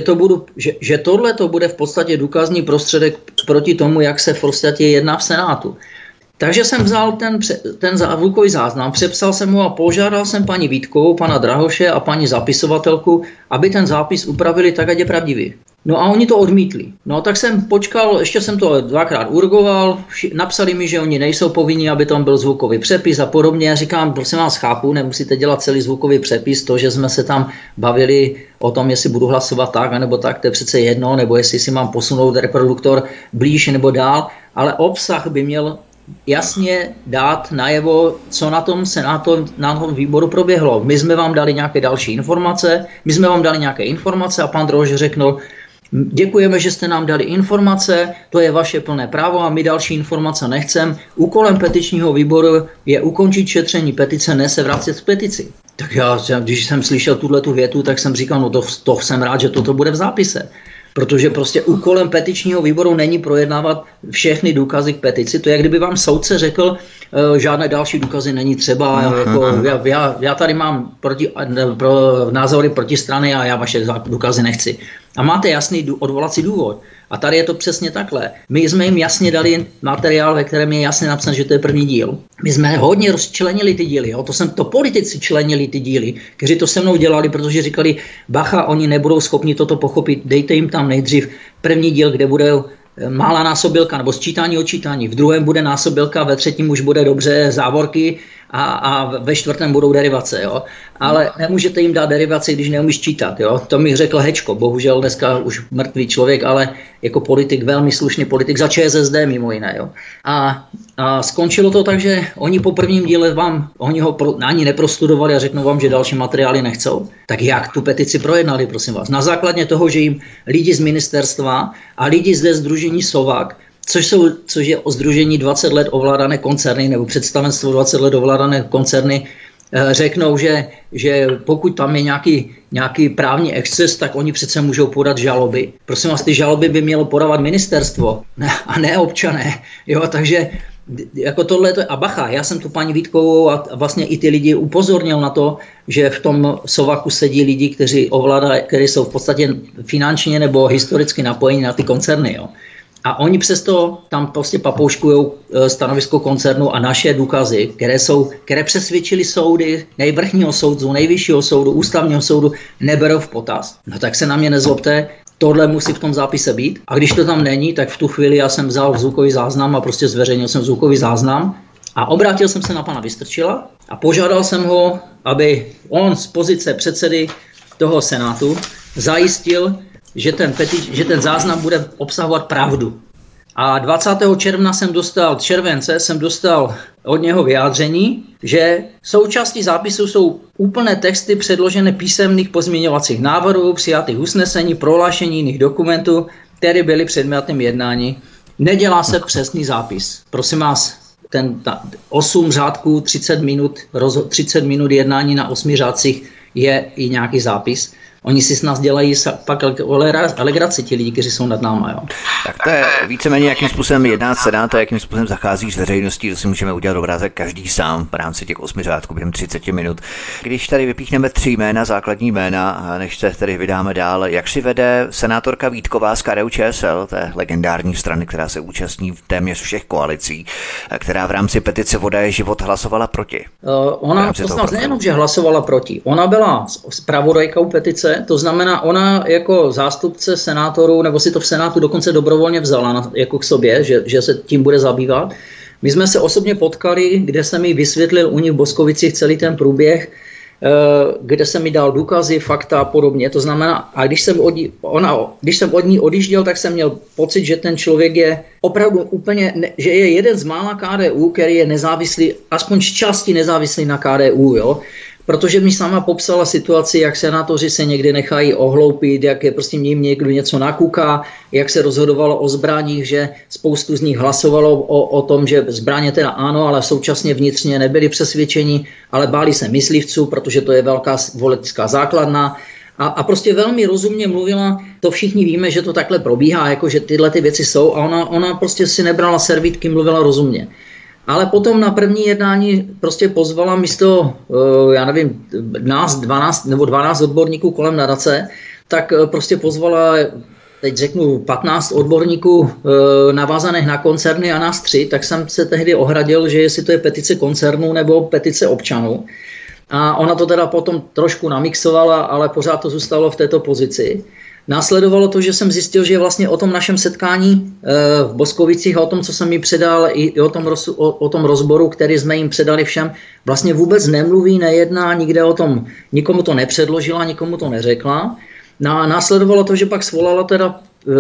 že tohle to bude v podstatě důkazní prostředek proti tomu, jak se v podstatě jedná v Senátu. Takže jsem vzal ten zvukový záznam, přepsal jsem ho a požádal jsem paní Vítkovou, pana Drahoše a paní zapisovatelku, aby ten zápis upravili tak, ať je pravdivý. No a oni to odmítli. No tak jsem počkal, ještě jsem to 2krát urgoval, napsali mi, že oni nejsou povinni, aby tam byl zvukový přepis a podobně. Já říkám, prosím vás, chápu, nemusíte dělat celý zvukový přepis, to, že jsme se tam bavili o tom, jestli budu hlasovat tak, anebo tak, to je přece jedno, nebo jestli si mám posunout reproduktor blíž nebo dál, ale obsah by měl jasně dát najevo, co na tom Senátu, na tom výboru proběhlo. My jsme vám dali nějaké další informace, a pan Drož řekl, děkujeme, že jste nám dali informace, to je vaše plné právo a my další informace nechcem. Úkolem petičního výboru je ukončit šetření petice, ne se vracet k petici. Tak já, když jsem slyšel tuhletu větu, tak jsem říkal, no to jsem rád, že toto bude v zápise. Protože prostě úkolem petičního výboru není projednávat všechny důkazy k petici. To je, kdyby vám soudce řekl, žádné další důkazy není třeba. Já tady mám názory protistrany a já vaše důkazy nechci. A máte jasný odvolací důvod. A tady je to přesně takhle. My jsme jim jasně dali materiál, ve kterém je jasně napsáno, že to je první díl. My jsme hodně rozčlenili ty díly. Jo? To politici členili ty díly, kteří to se mnou dělali, protože říkali, bacha, oni nebudou schopni toto pochopit, dejte jim tam nejdřív první díl, kde bude malá násobilka nebo sčítání odčítání. V druhém bude násobilka, ve třetím už bude dobře závorky a ve čtvrtém budou derivace. Jo? Ale nemůžete jim dát derivaci, když neumíš čítat. Jo? To mi řekl Hečko, bohužel dneska už mrtvý člověk, ale jako politik, velmi slušný politik za ČSSD mimo jiné. Jo? A skončilo to tak, že oni po prvním díle oni ho ani neprostudovali a řeknou vám, že další materiály nechcou. Tak jak tu petici projednali, prosím vás? Na základě toho, že jim lidi z ministerstva a lidi zde sdružení Sovak, což je o sdružení 20 let ovládané koncerny nebo představenstvo 20 let ovládané koncerny, řeknou, že pokud tam je nějaký právní exces, tak oni přece můžou podat žaloby. Prosím vás, ty žaloby by mělo podávat ministerstvo a ne občané. Jo, takže jako tohle a bacha, já jsem tu paní Vítkovou a vlastně i ty lidi upozornil na to, že v tom Sovaku sedí lidi, kteří jsou v podstatě finančně nebo historicky napojeni na ty koncerny. Jo. A oni přesto tam prostě papouškujou stanovisko koncernu a naše důkazy, které přesvědčili soudy, nejvrchního soudu, nejvyššího soudu, ústavního soudu, neberou v potaz. No tak se na mě nezlobte, tohle musí v tom zápise být. A když to tam není, tak v tu chvíli já jsem vzal zvukový záznam a prostě zveřejnil jsem zvukový záznam a obrátil jsem se na pana Vystrčila a požádal jsem ho, aby on z pozice předsedy toho senátu zajistil, že ten záznam bude obsahovat pravdu. A 20. července jsem dostal od něho vyjádření, že součástí zápisu jsou úplné texty předložené písemných pozměňovacích návrhů, přijatých usnesení, prohlášení jiných dokumentů, které byly předmětem jednání. Nedělá se přesný zápis. Prosím vás, 8 řádků, 30 minut jednání na 8 řádcích je i nějaký zápis. Oni si s nás dělají pak alegraci, ti lidi, kteří jsou nad náma. Jo. Tak to je víceméně, jakým způsobem jedná Senát a jakým způsobem zachází s veřejností, to si můžeme udělat obrázek každý sám v rámci těch 8 řádků během 30 minut. Když tady vypíchneme 3 jména, základní jména, než se tady vydáme dál, jak si vede senátorka Vítková z KDU-ČSL, té legendární strany, která se účastní v téměř všech koalicí, která v rámci petice Voda je život hlasovala proti. Ona nejenom, že hlasovala proti, ona byla zpravodajkou petice. To znamená, ona jako zástupce senátorů, nebo si to v Senátu dokonce dobrovolně vzala jako k sobě, že se tím bude zabývat. My jsme se osobně potkali, kde jsem jí vysvětlil u ní v Boskovicích celý ten průběh, kde jsem mi dal důkazy, fakta a podobně. To znamená, a když jsem od ní odjížděl, tak jsem měl pocit, že ten člověk je opravdu úplně, že je jeden z mála KDU, který je nezávislý, aspoň z části nezávislý na KDU, jo. Protože mi sama popsala situaci, jak senátoři se někdy nechají ohloupit, jak je prostě jim někdo něco nakuká, jak se rozhodovalo o zbraních, že spoustu z nich hlasovalo o tom, že zbraně teda ano, ale současně vnitřně nebyli přesvědčeni, ale báli se myslivců, protože to je velká politická základna. A prostě velmi rozumně mluvila, to všichni víme, že to takhle probíhá, jako že tyhle ty věci jsou a ona prostě si nebrala servítky, mluvila rozumně. Ale potom na první jednání prostě pozvala místo, já nevím, nás 12 odborníků kolem nadace, tak prostě pozvala, teď řeknu 15 odborníků navázaných na koncerny a nás 3, tak jsem se tehdy ohradil, že jestli to je petice koncernů nebo petice občanů. A ona to teda potom trošku namixovala, ale pořád to zůstalo v této pozici. Následovalo to, že jsem zjistil, že vlastně o tom našem setkání v Boskovicích a o tom, co jsem jí předal, i o tom rozboru, který jsme jim předali všem, vlastně vůbec nemluví, nejedná, nikde o tom, nikomu to nepředložila, nikomu to neřekla. Následovalo to, že pak svolala teda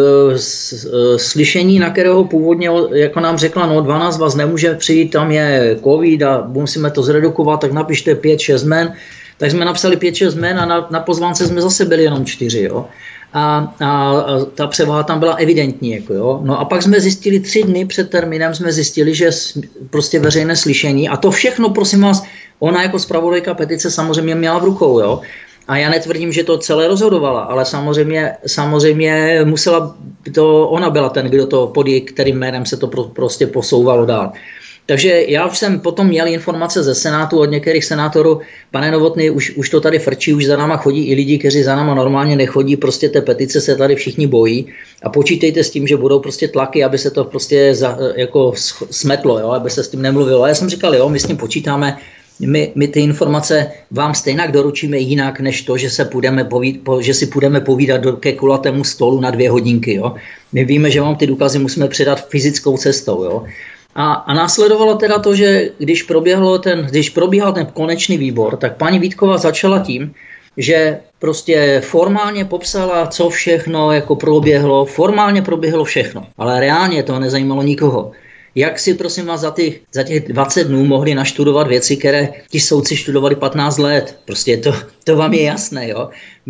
slyšení, na kterého původně, jako nám řekla, no 12 vás nemůže přijít, tam je covid a musíme to zredukovat, tak napište 5-6 jmen. Tak jsme napsali 5-6 jmen a na pozvánce jsme zase byli jenom 4, jo. A ta převaha tam byla evidentní. Jako jo. No a pak jsme zjistili 3 dny před termínem, jsme zjistili, že prostě veřejné slyšení a to všechno, prosím vás, ona jako zpravodajka petice samozřejmě měla v rukou. Jo. A já netvrdím, že to celé rozhodovala, ale samozřejmě musela, ona byla ten, kdo to pod kterým jménem se to prostě posouvalo dál. Takže já už jsem potom měl informace ze Senátu od některých senátorů, pane Novotný, už to tady frčí, už za náma chodí i lidi, kteří za náma normálně nechodí, prostě té petice se tady všichni bojí a počítejte s tím, že budou prostě tlaky, aby se to prostě jako smetlo, jo, aby se s tím nemluvilo. A já jsem říkal, jo, my s tím počítáme, my ty informace vám stejnak doručíme jinak, než to, že si půjdeme povídat ke kulatému stolu na 2 hodinky. Jo. My víme, že vám ty důkazy musíme předat fyzickou cestou. Jo. A následovalo teda to, že když probíhal ten konečný výbor, tak paní Vítková začala tím, že prostě formálně popsala, co všechno jako proběhlo, formálně proběhlo všechno, ale reálně to nezajímalo nikoho. Jak si prosím vás za těch 20 dnů mohli naštudovat věci, které ti soudci študovali 15 let. Prostě to vám je jasné, jo.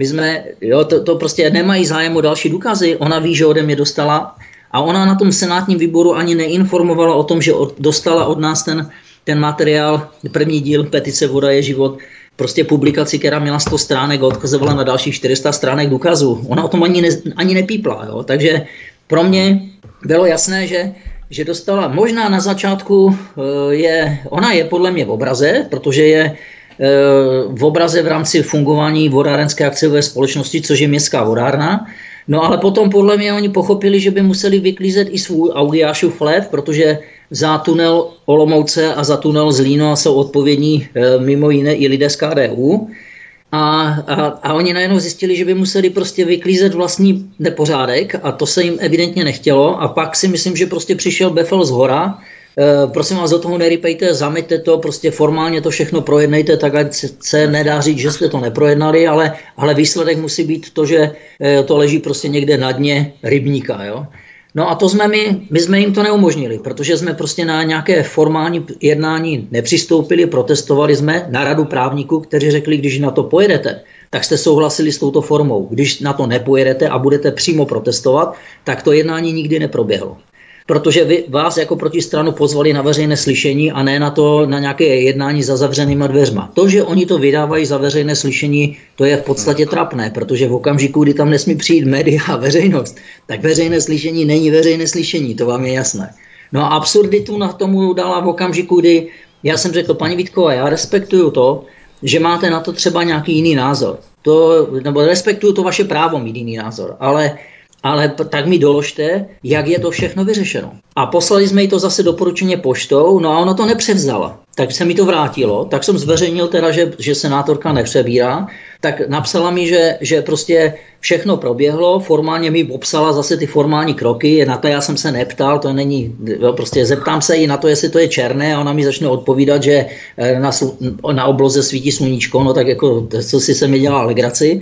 To prostě nemají zájem o další důkazy, ona ví, že ode mě dostala. A ona na tom senátním výboru ani neinformovala o tom, že dostala od nás ten materiál, první díl petice Voda je život, prostě publikaci, která měla 100 stránek a odkazovala na dalších 400 stránek důkazů. Ona o tom ani nepípla. Jo? Takže pro mě bylo jasné, že dostala, možná na začátku, ona je podle mě v obraze, protože je v obraze v rámci fungování vodárenské akciové společnosti, což je městská vodárna. No ale potom podle mě oni pochopili, že by museli vyklízet i svůj Augiášův chlév, protože za tunel Olomouce a za tunel Zlíno jsou odpovědní mimo jiné i lidé z KDU. A oni najednou zjistili, že by museli prostě vyklízet vlastní nepořádek a to se jim evidentně nechtělo. A pak si myslím, že prostě přišel befel z hora. Prosím vás, do toho nerypejte, zameťte to, prostě formálně to všechno projednejte, tak ať se nedá říct, že jste to neprojednali, ale výsledek musí být to, že to leží prostě někde na dně rybníka, jo. No a to my jsme jim to neumožnili, protože jsme prostě na nějaké formální jednání nepřistoupili, protestovali jsme na radu právníků, kteří řekli, když na to pojedete, tak jste souhlasili s touto formou. Když na to nepojedete a budete přímo protestovat, tak to jednání nikdy neproběhlo. Protože vás jako protistranu pozvali na veřejné slyšení a ne na nějaké jednání za zavřenýma dveřma. To, že oni to vydávají za veřejné slyšení, to je v podstatě trapné, protože v okamžiku, kdy tam nesmí přijít média a veřejnost, tak veřejné slyšení není veřejné slyšení, to vám je jasné. No a absurditu na tomu dala v okamžiku, kdy já jsem řekl, paní Vítková, já respektuju to, že máte na to třeba nějaký jiný názor. Nebo respektuju to vaše právo mít jiný názor, ale tak mi doložte, jak je to všechno vyřešeno. A poslali jsme jí to zase doporučeně poštou, no a ona to nepřevzala. Tak se mi to vrátilo, tak jsem zveřejnil teda, že senátorka nepřebírá, tak napsala mi, že prostě všechno proběhlo, formálně mi obsala zase ty formální kroky, na to já jsem se neptal, to není, prostě zeptám se jí na to, jestli to je černé a ona mi začne odpovídat, že na obloze svítí sluníčko, no tak jako, co si se mi dělá legraci.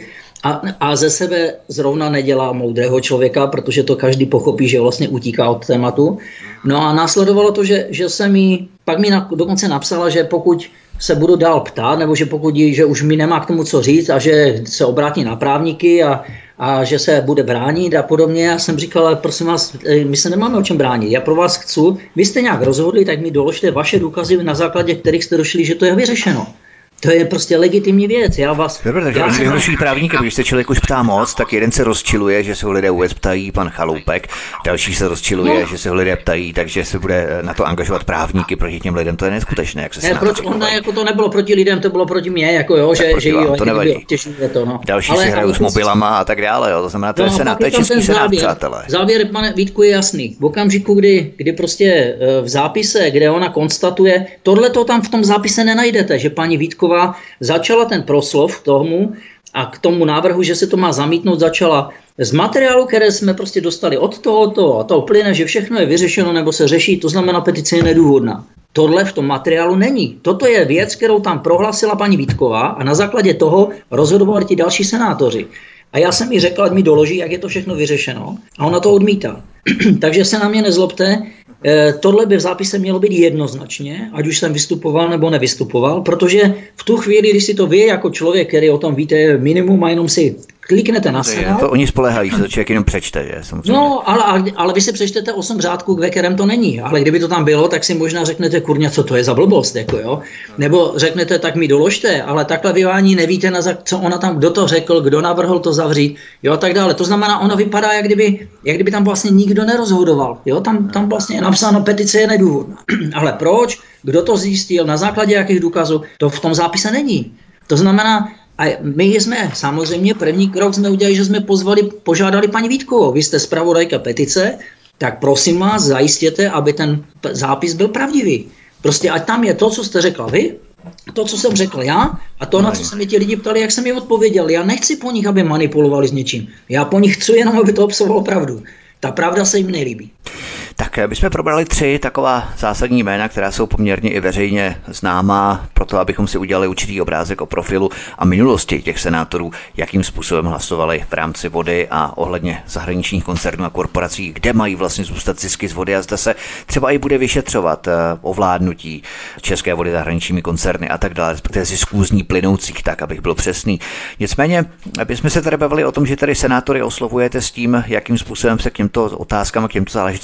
A ze sebe zrovna nedělá moudrého člověka, protože to každý pochopí, že vlastně utíká od tématu. No a následovalo to, že pak mi dokonce napsala, že pokud se budu dál ptát, nebo že už mi nemá k tomu co říct a že se obrátí na právníky a že se bude bránit a podobně. Já jsem říkal, ale prosím vás, my se nemáme o čem bránit. Já pro vás chci, vy jste nějak rozhodli, tak mi doložte vaše důkazy, na základě kterých jste došli, že to je vyřešeno. To je prostě legitimní věc. Takže oni vyhrožují právníky, když se člověk už ptá moc, tak jeden se rozčiluje, že se ho lidé vůbec ptají, pan Chaloupek, další se rozčiluje, že se ho lidé ptají, takže se bude na to angažovat právníky proti těm lidem. To je neskutečné, jak se ne, proč on jako to nebylo proti lidem, to bylo proti mně, jako jo, že jo, to nevadí. To, no. Další si hrajou s mobilama a tak dále, jo. To znamená, to je senát, to je český senát, přátelé. Závěr, pane Vítku, je jasný. V okamžiku, kdy prostě v zápise, kde ona konstatuje, tohle to tam v tom zápise nenajdete, že paní Vítková začala ten proslov k tomu a k tomu návrhu, že se to má zamítnout, začala z materiálu, které jsme prostě dostali od tohoto a to plyne, že všechno je vyřešeno nebo se řeší, to znamená, petice je nedůvodná. Tohle v tom materiálu není. Toto je věc, kterou tam prohlásila paní Vítková a na základě toho rozhodovali ti další senátoři. A já jsem jí řekl, ať mi doloží, jak je to všechno vyřešeno a ona to odmítá. Takže se na mě nezlobte, tohle by v zápise mělo být jednoznačně, ať už jsem vystupoval nebo nevystupoval, protože v tu chvíli, když si to vy jako člověk, který o tom víte minimum a jenom si kliknete na senát. To oni spolehají, že to člověk jenom přečte, že? Samozřejmě. No, ale vy si přečtete 8 řádků, ve kterém to není. Ale kdyby to tam bylo, tak si možná řeknete, kurňa, co to je za blbost, jako jo. Nebo řeknete, tak mi doložte, ale takhle vy ani nevíte, co ona tam, kdo to řekl, kdo navrhl to zavřít, jo, a tak dále. To znamená, ono vypadá, jak kdyby tam vlastně nikdo nerozhodoval, jo, tam vlastně je napsáno, petice je nedůvodná. Ale proč? Kdo to zjistil? Na základě jakých důkazů? To v tom zápise není. To znamená, a my jsme samozřejmě první krok jsme udělali, že jsme požádali paní Vítkovou. Vy jste zpravodajka petice, tak prosím vás zajistěte, aby ten zápis byl pravdivý. Prostě ať tam je to, co jste řekla vy, to, co jsem řekl já a to, na co se mi ti lidi ptali, jak jsem jim odpověděl. Já nechci po nich, aby manipulovali s něčím. Já po nich chci jenom, aby to obsahovalo pravdu. Ta pravda se jim nelíbí. Tak bychom probrali 3 taková zásadní jména, která jsou poměrně i veřejně známá, proto abychom si udělali určitý obrázek o profilu a minulosti těch senátorů, jakým způsobem hlasovali v rámci vody a ohledně zahraničních koncernů a korporací, kde mají vlastně zůstat zisky z vody a zda se třeba i bude vyšetřovat ovládnutí České vody zahraničními koncerny a tak dále, respektive zisků z ní plynoucích, tak abych byl přesný. Nicméně, abychom se tady bavili o tom, že tady senátory oslovujete s tím, jakým způsobem se k těmto otázkám a k těmto záležitostem staví,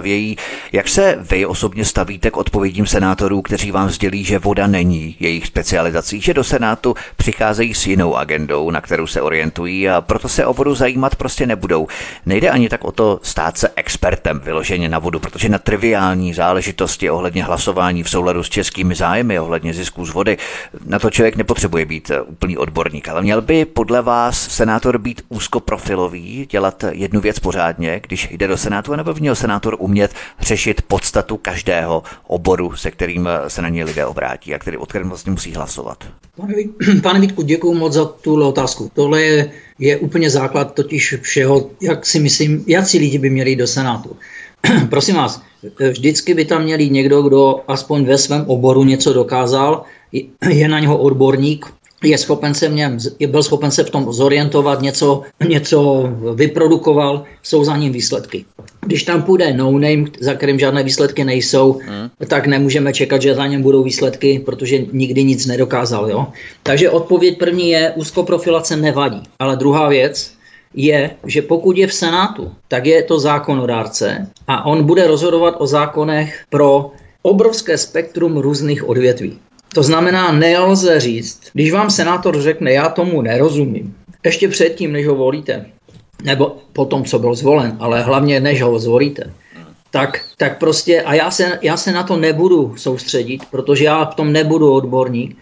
stavějí. Jak se vy osobně stavíte k odpovědím senátorů, kteří vám sdělí, že voda není jejich specializací, že do Senátu přicházejí s jinou agendou, na kterou se orientují a proto se o vodu zajímat prostě nebudou? Nejde ani tak o to stát se expertem vyloženě na vodu, protože na triviální záležitosti ohledně hlasování v souladu s českými zájmy, ohledně zisků z vody, na to člověk nepotřebuje být úplný odborník, ale měl by podle vás senátor být úzkoprofilový, dělat jednu věc pořádně, když jde do Senátu, nebo by měl senátor umět řešit podstatu každého oboru, se kterým se na ně lidé obrátí a o kterém vlastně musí hlasovat? Pane Vítku, děkuji moc za tuhle otázku. Tohle je úplně základ totiž všeho, jak si myslím, jací lidi by měli jít do Senátu. Prosím vás, vždycky by tam měli někdo, kdo aspoň ve svém oboru něco dokázal, je na něho odborník, byl schopen se v tom zorientovat, něco vyprodukoval, jsou za ním výsledky. Když tam půjde no-name, za kterým žádné výsledky nejsou, tak nemůžeme čekat, že za něm budou výsledky, protože nikdy nic nedokázal. Jo? Takže odpověď první je, úzkoprofilace nevadí. Ale druhá věc je, že pokud je v Senátu, tak je to zákonodárce a on bude rozhodovat o zákonech pro obrovské spektrum různých odvětví. To znamená, nelze říct, když vám senátor řekne, já tomu nerozumím, ještě předtím, než ho volíte, nebo potom, co byl zvolen, ale hlavně, než ho zvolíte, tak prostě, a já se na to nebudu soustředit, protože já v tom nebudu odborník,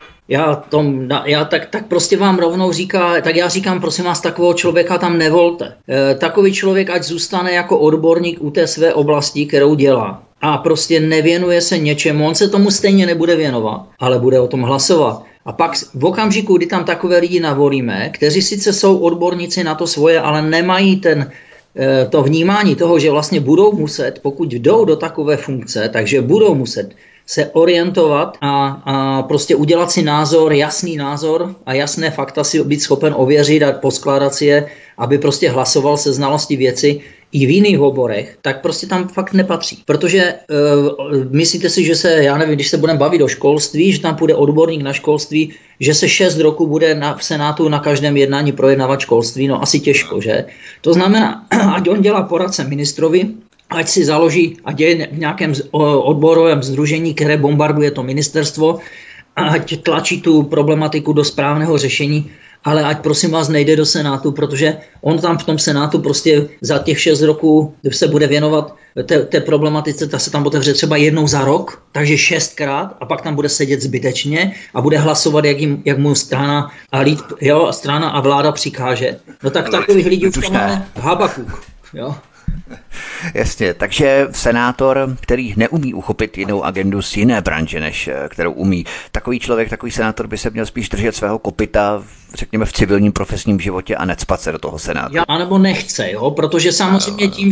tak prostě vám rovnou já říkám, prosím vás, takového člověka tam nevolte. Takový člověk, ať zůstane jako odborník u té své oblasti, kterou dělá. A prostě nevěnuje se něčemu, on se tomu stejně nebude věnovat, ale bude o tom hlasovat. A pak v okamžiku, kdy tam takové lidi navolíme, kteří sice jsou odborníci na to svoje, ale nemají to vnímání toho, že vlastně budou muset, pokud jdou do takové funkce, takže budou muset se orientovat a prostě udělat si jasný názor a jasné fakta si být schopen ověřit a poskládat si je, aby prostě hlasoval se znalosti věci i v jiných oborech, tak prostě tam fakt nepatří. Protože myslíte si, že já nevím, když se budeme bavit o školství, že tam půjde odborník na školství, že se 6 roků bude v Senátu na každém jednání projednávat školství, no asi těžko, že? To znamená, ať on dělá poradce ministrovi, ať si založí, ať je v nějakém odborovém sdružení, které bombarduje to ministerstvo, ať tlačí tu problematiku do správného řešení, ale ať prosím vás nejde do Senátu, protože on tam v tom Senátu prostě za těch 6 roků se bude věnovat té problematice, ta se tam otevře třeba jednou za rok, takže 6krát a pak tam bude sedět zbytečně a bude hlasovat, jak mu strana a vláda přikáže. No tak takových lidí už máme Habakuk, jo. Jasně, takže senátor, který neumí uchopit jinou agendu z jiné branže, než kterou umí, takový člověk, takový senátor by se měl spíš držet svého kopyta, řekněme, v civilním profesním životě a necpat se do toho senátu. A nebo nechce, jo, protože samozřejmě tím,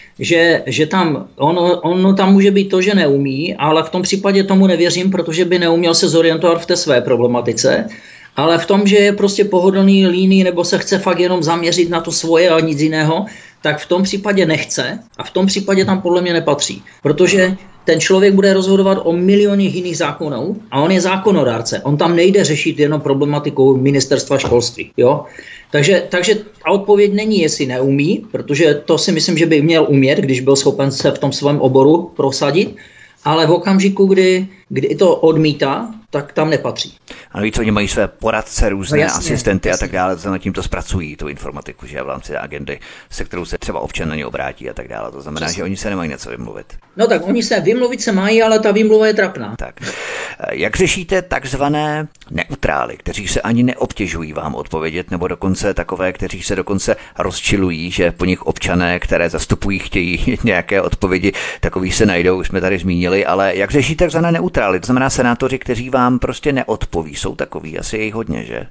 že tam, ono tam může být to, že neumí, ale v tom případě tomu nevěřím, protože by neuměl se zorientovat v té své problematice, ale v tom, že je prostě pohodlný, líný, nebo se chce fakt jenom zaměřit na to svoje a nic jiného, tak v tom případě nechce a v tom případě tam podle mě nepatří. Protože ten člověk bude rozhodovat o milionech jiných zákonů a on je zákonodárce. On tam nejde řešit jenom problematiku ministerstva školství. Jo? Takže ta odpověď není, jestli neumí, protože to si myslím, že by měl umět, když byl schopen se v tom svém oboru prosadit, ale v okamžiku, kdy to odmítá, tak tam nepatří. A víc, oni mají své poradce, různé asistenty a tak dále, za tím to zpracují, tu informatiku, že v rámci agendy, se kterou se třeba občan na ně obrátí a tak dále. To znamená, že oni se nemají něco vymluvit. No tak oni se vymluvit se mají, ale ta výmluva je trapná. Tak. Jak řešíte takzvané neutrály, kteří se ani neobtěžují vám odpovědět, nebo dokonce takové, kteří se dokonce rozčilují, že po nich občané, které zastupují, chtějí nějaké odpovědi, takový se najdou, už jsme tady zmínili, ale jak řešíte takzvané neutrály? To znamená senátoři, kteří vám prostě neodpoví. Jsou takový, asi je jich hodně, že?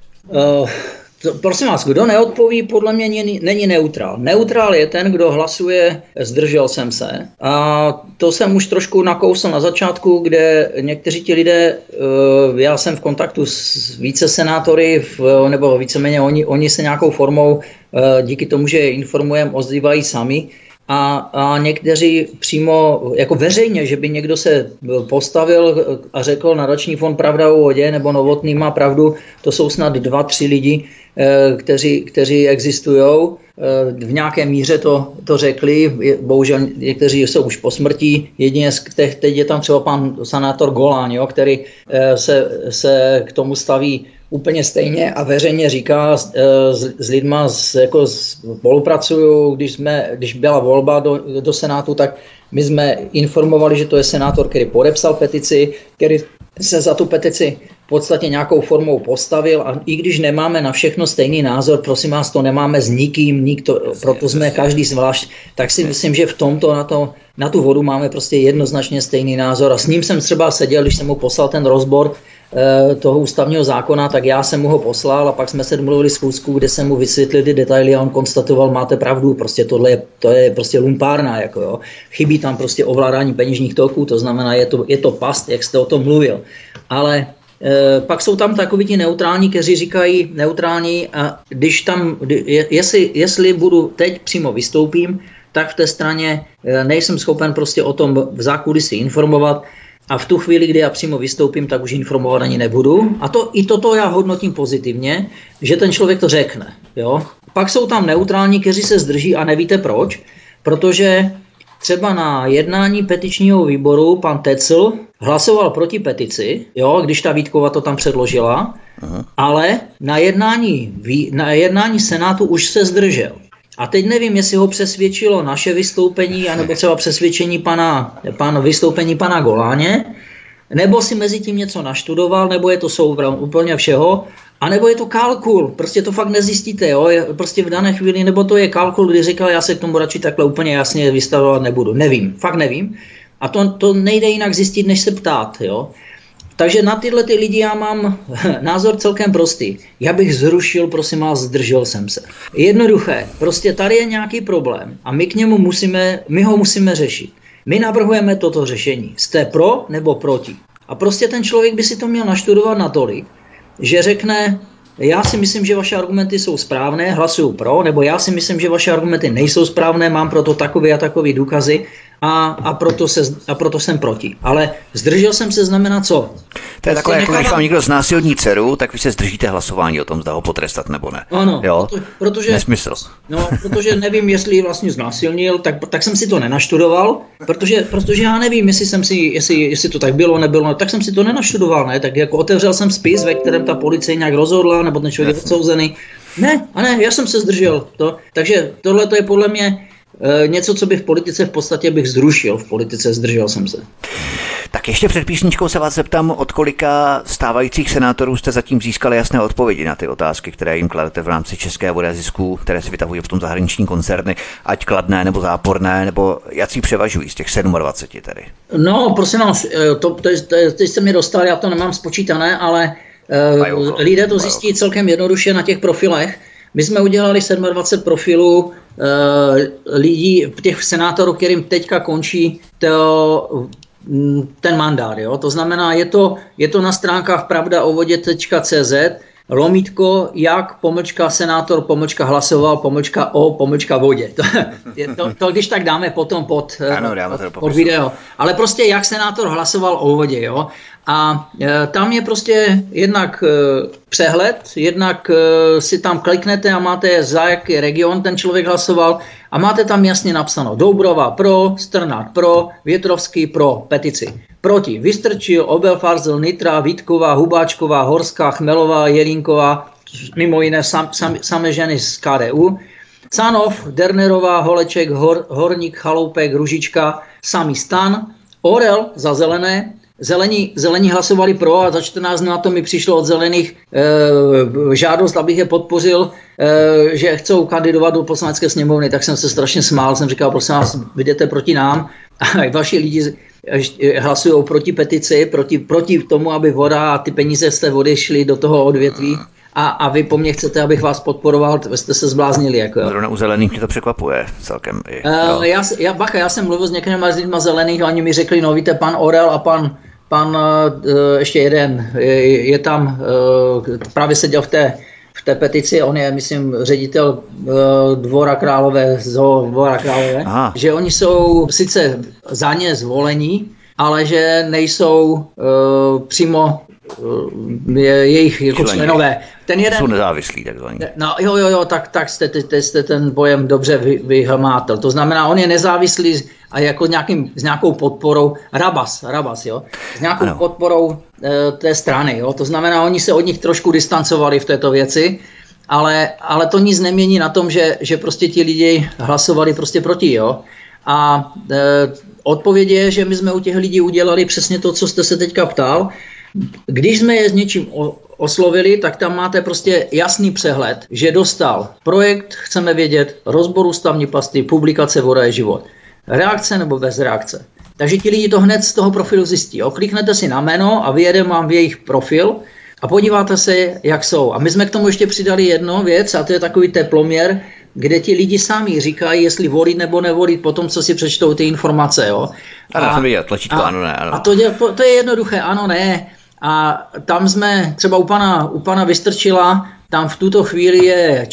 Prosím vás, kdo neodpoví, podle mě není neutrál. Neutrál je ten, kdo hlasuje, zdržel jsem se. A to jsem už trošku nakousl na začátku, kde někteří ti lidé, já jsem v kontaktu s více senátory, nebo víceméně oni se nějakou formou, díky tomu, že je informujeme, ozývají sami. A někteří přímo jako veřejně, že by někdo se postavil a řekl nadační fond Pravda o vodě nebo Novotný má pravdu, to jsou snad 2-3 lidi, kteří existují. v nějaké míře to řekli, bohužel někteří jsou už po smrti, jedině teď je tam třeba pan senátor Goláň, jo, který se k tomu staví úplně stejně a veřejně říká s lidma, jako spolupracuju, když byla volba do Senátu, tak my jsme informovali, že to je senátor, který podepsal petici, který se za tu petici v podstatě nějakou formou postavil a i když nemáme na všechno stejný názor, prosím vás, to nemáme s nikým, proto jsme každý zvlášť, tak si myslím, že v tomto na tu vodu máme prostě jednoznačně stejný názor a s ním jsem třeba seděl, když jsem mu poslal ten rozbor toho ústavního zákona, tak já jsem mu ho poslal a pak jsme se domluvili schůzku, kde jsem mu vysvětlil ty detaily a on konstatoval, máte pravdu, prostě to je prostě lumpárna, jako jo. Chybí tam prostě ovládání peněžních toků, to znamená, je to past, jak jste o tom mluvil. Ale pak jsou tam takoví ti neutrální, kteří říkají neutrální a jestli budu teď přímo vystoupím, tak v té straně nejsem schopen prostě o tom v zákulisí informovat. A v tu chvíli, kdy já přímo vystoupím, tak už informovat ani nebudu. A i toto já hodnotím pozitivně, že ten člověk to řekne. Jo? Pak jsou tam neutrální, kteří se zdrží a nevíte proč, protože třeba na jednání petičního výboru pan Tecl hlasoval proti petici, jo, když ta Vítková to tam předložila, ale na jednání Senátu už se zdržel. A teď nevím, jestli ho přesvědčilo naše vystoupení, anebo třeba přesvědčení vystoupení pana Goláně, nebo si mezi tím něco naštudoval, nebo je to soubor úplně všeho, anebo je to kalkul, prostě to fakt nezjistíte, jo? Prostě v dané chvíli, nebo to je kalkul, kdy říkal, já se k tomu radši takhle úplně jasně vystavovat nebudu. Nevím, fakt nevím. A to nejde jinak zjistit, než se ptát, jo? Takže na tyhle ty lidi já mám názor celkem prostý. Já bych zrušil, prosím vás, zdržel jsem se. Jednoduché, prostě tady je nějaký problém a my ho musíme řešit. My navrhujeme toto řešení. Jste pro nebo proti? A prostě ten člověk by si to měl naštudovat natolik, že řekne, já si myslím, že vaše argumenty jsou správné, hlasuju pro, nebo já si myslím, že vaše argumenty nejsou správné, mám proto takové a takové důkazy a proto jsem proti. Ale zdržel jsem se znamená co? To je takové, jako když vám někdo znásilní dceru, tak vy se zdržíte hlasování o tom, zda ho potrestat nebo ne. Ano, jo? Protože, nesmysl. No, protože nevím, jestli vlastně znásilnil, tak jsem si to nenaštudoval, protože já nevím, jestli to tak bylo, nebylo, tak jsem si to nenaštudoval, ne? Tak jako otevřel jsem spis, ve kterém ta policie nějak rozhodla, nebo ten člověk je odsouzený. Ne, já jsem se zdržel. Takže tohle to je podle mě něco, co by v politice v podstatě bych zrušil. V politice zdržel jsem se. Tak ještě před písničkou se vás zeptám, od kolika stávajících senátorů jste zatím získali jasné odpovědi na ty otázky, které jim kladete v rámci České vody a zisků, které se vytahují v tom zahraniční koncerny, ať kladné nebo záporné, nebo jací převažují z těch 27 tedy? No, prosím vás, teď jste mi dostali, já to nemám spočítané, ale lidé to zjistí celkem jednoduše na těch profilech. My jsme udělali 27 profilů lidí, těch senátorů, kterým teďka končí ten mandát. Jo? To znamená, je to na stránkách pravdaovodě.cz /jak senátor hlasoval vodě. To když tak dáme potom pod video. Ale prostě jak senátor hlasoval o vodě. Jo? A tam je prostě jednak přehled, jednak si tam kliknete a máte za jaký region ten člověk hlasoval a máte tam jasně napsáno Doubrova pro, Strnad pro, Větrovský pro, petici. Proti Vystrčil, Obelfarzel, Nitra, Vítková, Hubáčková, Horská, Chmelová, Jelínková, mimo jiné samé ženy z KDU, Canov, Dernerová, Holeček, Horník, Chaloupek, Ružička, samý Stan, Orel za zelené, Zelení hlasovali pro a za 14 dnů na to mi přišlo od zelených žádost, abych je podpořil, že chcou kandidovat do poslanecké sněmovny, tak jsem se strašně smál, jsem říkal, prosím vás, jdete proti nám a vaši lidi hlasují proti petici, proti tomu, aby voda a ty peníze z té vody šly do toho odvětví. A vy po mně chcete, abych vás podporoval, jste se zbláznili. Jako. Zrovna u zelených mě to překvapuje celkem. Já jsem mluvil s některými lidmi zelených a oni mi řekli, no víte, pan Orel a pan ještě jeden je tam, právě seděl v té petici, on je, myslím, ředitel Dvora Králové, že oni jsou sice za ně zvolení, ale že nejsou přímo jejich jako členové. Ten jeden jsou nezávislí takzvaný. No jo, tak jste ten pojem dobře vyhmátl. To znamená, on je nezávislý a jako s nějakou podporou, Rabas, jo, s nějakou podporou té strany, jo. To znamená, oni se od nich trošku distancovali v této věci, ale to nic nemění na tom, že prostě ti lidi hlasovali prostě proti, jo. A odpověď je, že my jsme u těch lidí udělali přesně to, co jste se teďka ptal. Když jsme je s něčím oslovili, tak tam máte prostě jasný přehled, že dostal projekt, chceme vědět, rozbor ústavní pasty, publikace Voda je život. Reakce nebo bez reakce. Takže ti lidi to hned z toho profilu zjistí. Jo. Kliknete si na jméno a vyjede vám v jejich profil a podíváte se, jak jsou. A my jsme k tomu ještě přidali jednu věc a to je takový teploměr, kde ti lidi sami říkají, jestli volit nebo nevolit po tom, co si přečtou ty informace. Jo. Ano, jsem viděl, tlačítko ano, ne. Ano. A to je jednoduché, ano, ne. A tam jsme třeba u pana Vystrčila, tam v tuto chvíli je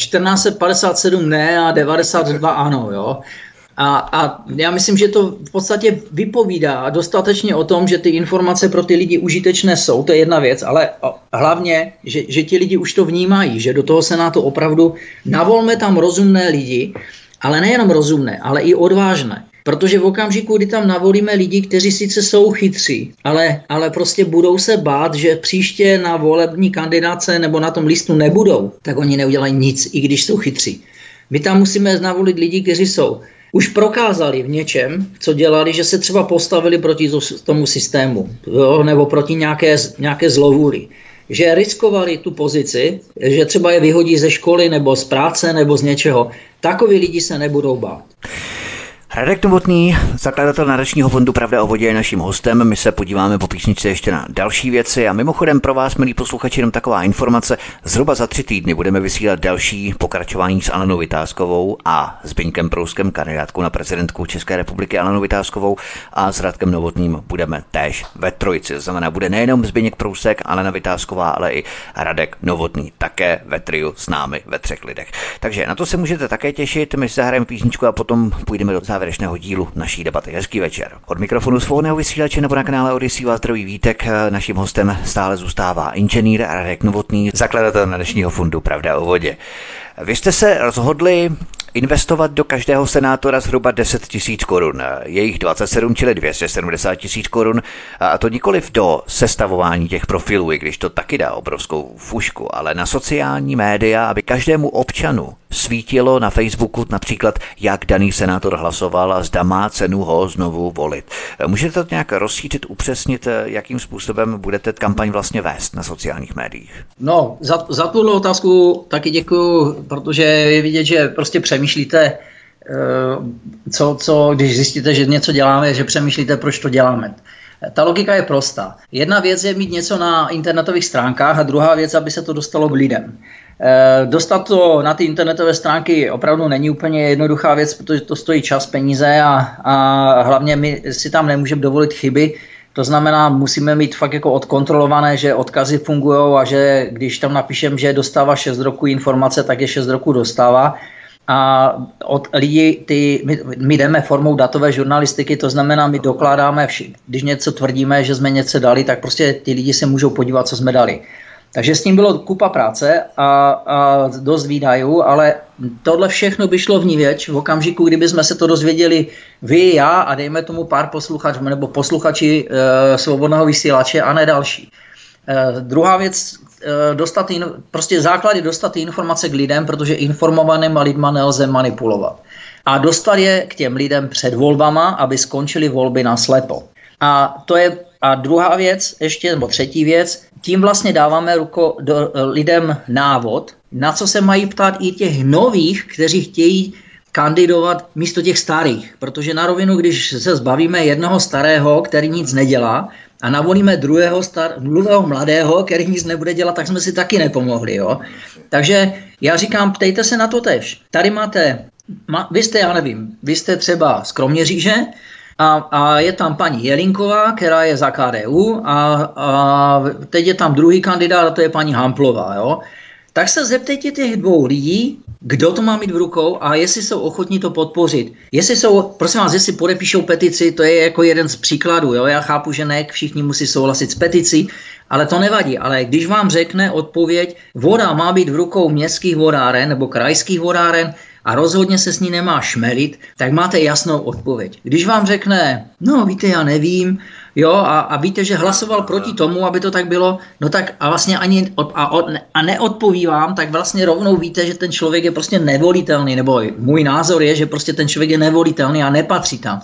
1457 ne a 92 ano, jo. A já myslím, že to v podstatě vypovídá dostatečně o tom, že ty informace pro ty lidi užitečné jsou, to je jedna věc, ale hlavně, že ti lidi už to vnímají, že do toho Senátu opravdu navolme tam rozumné lidi, ale nejenom rozumné, ale i odvážné. Protože v okamžiku, kdy tam navolíme lidi, kteří sice jsou chytří, ale prostě budou se bát, že příště na volební kandidáce nebo na tom listu nebudou, tak oni neudělají nic, i když jsou chytří. My tam musíme navolit lidi, kteří jsou už prokázali v něčem, co dělali, že se třeba postavili proti tomu systému, jo, nebo proti nějaké zlovůli. Že riskovali tu pozici, že třeba je vyhodí ze školy nebo z práce nebo z něčeho. Takoví lidi se nebudou bát. Radek Novotný, zakladatel nadačního fondu Pravda o vodě, je naším hostem. My se podíváme po písničce ještě na další věci a mimochodem pro vás, milí posluchači, jenom taková informace. Zhruba za 3 týdny budeme vysílat další pokračování s Alenou Vitáskovou a Zbyňkem Prouskem, kandidátkou na prezidentku České republiky Alenou Vitáskovou, a s Radkem Novotným budeme též ve trojici. To znamená, bude nejenom Zbyněk Prousek, Alena Vitásková, ale i Radek Novotný také ve triu s námi ve 3 lidech. Takže na to se můžete také těšit. My si zahrajeme písničku a potom půjdeme do závěrečného dílu naší debaty. Hezký večer. Od mikrofonu svobodného vysílače nebo na kanále Odyssey vás zdraví Vítek. Naším hostem stále zůstává inženýr Radek Novotný, zakladatel nadačního fondu Pravda o vodě. Vy jste se rozhodli investovat do každého senátora zhruba 10 000 korun. Jejich 27, čili 270 000 korun. A to nikoliv do sestavování těch profilů, i když to taky dá obrovskou fušku, ale na sociální média, aby každému občanu svítilo na Facebooku například, jak daný senátor hlasoval a zda má cenu ho znovu volit. Můžete to nějak rozšířit, upřesnit, jakým způsobem budete kampaň vlastně vést na sociálních médiích? No, za tuhle otázku taky děkuju, protože je vidět, že prostě přemýšlíte, když zjistíte, že něco děláme, že přemýšlíte, proč to děláme. Ta logika je prostá. Jedna věc je mít něco na internetových stránkách a druhá věc, aby se to dostalo k lidem. Dostat to na ty internetové stránky opravdu není úplně jednoduchá věc, protože to stojí čas, peníze a hlavně my si tam nemůžeme dovolit chyby. To znamená, musíme mít fakt jako odkontrolované, že odkazy fungují a že když tam napíšem, že dostává 6 roků informace, tak je 6 roků dostává. A od lidí my jdeme formou datové žurnalistiky, to znamená, my dokládáme, když něco tvrdíme, že jsme něco dali, tak prostě ty lidi se můžou podívat, co jsme dali. Takže s tím bylo kupa práce a dost výdajů, ale tohle všechno by šlo vnívěč v okamžiku, kdyby jsme se to dozvěděli vy, já a dejme tomu pár posluchačů nebo posluchači svobodného vysílače a ne další. Druhá věc, prostě základy dostat ty informace k lidem, protože informovanýma lidma nelze manipulovat. A dostat je k těm lidem před volbama, aby skončily volby naslepo. A druhá věc, ještě nebo třetí věc, tím vlastně dáváme lidem návod, na co se mají ptát i těch nových, kteří chtějí kandidovat místo těch starých. Protože na rovinu, když se zbavíme jednoho starého, který nic nedělá, a navolíme druhého mladého, který nic nebude dělat, tak jsme si taky nepomohli. Jo? Takže já říkám, ptejte se na to tež. Tady vy jste třeba z Kroměříže, a je tam paní Jelínková, která je za KDU a teď je tam druhý kandidát a to je paní Hamplová. Jo? tak se zeptejte těch dvou lidí, kdo to má mít v rukou a jestli jsou ochotní to podpořit. Jestli podepíšou petici, to je jako jeden z příkladů. Jo? Já chápu, že ne všichni musí souhlasit s peticí, ale to nevadí. Ale když vám řekne odpověď, voda má být v rukou městských vodáren nebo krajských vodáren a rozhodně se s ní nemá šmelit, tak máte jasnou odpověď. Když vám řekne, no víte, já nevím, jo, a víte, že hlasoval proti tomu, aby to tak bylo, no tak a vlastně ani neodpoví vám, tak vlastně rovnou víte, že ten člověk je prostě nevolitelný, nebo můj názor je, že prostě ten člověk je nevolitelný a nepatří tam.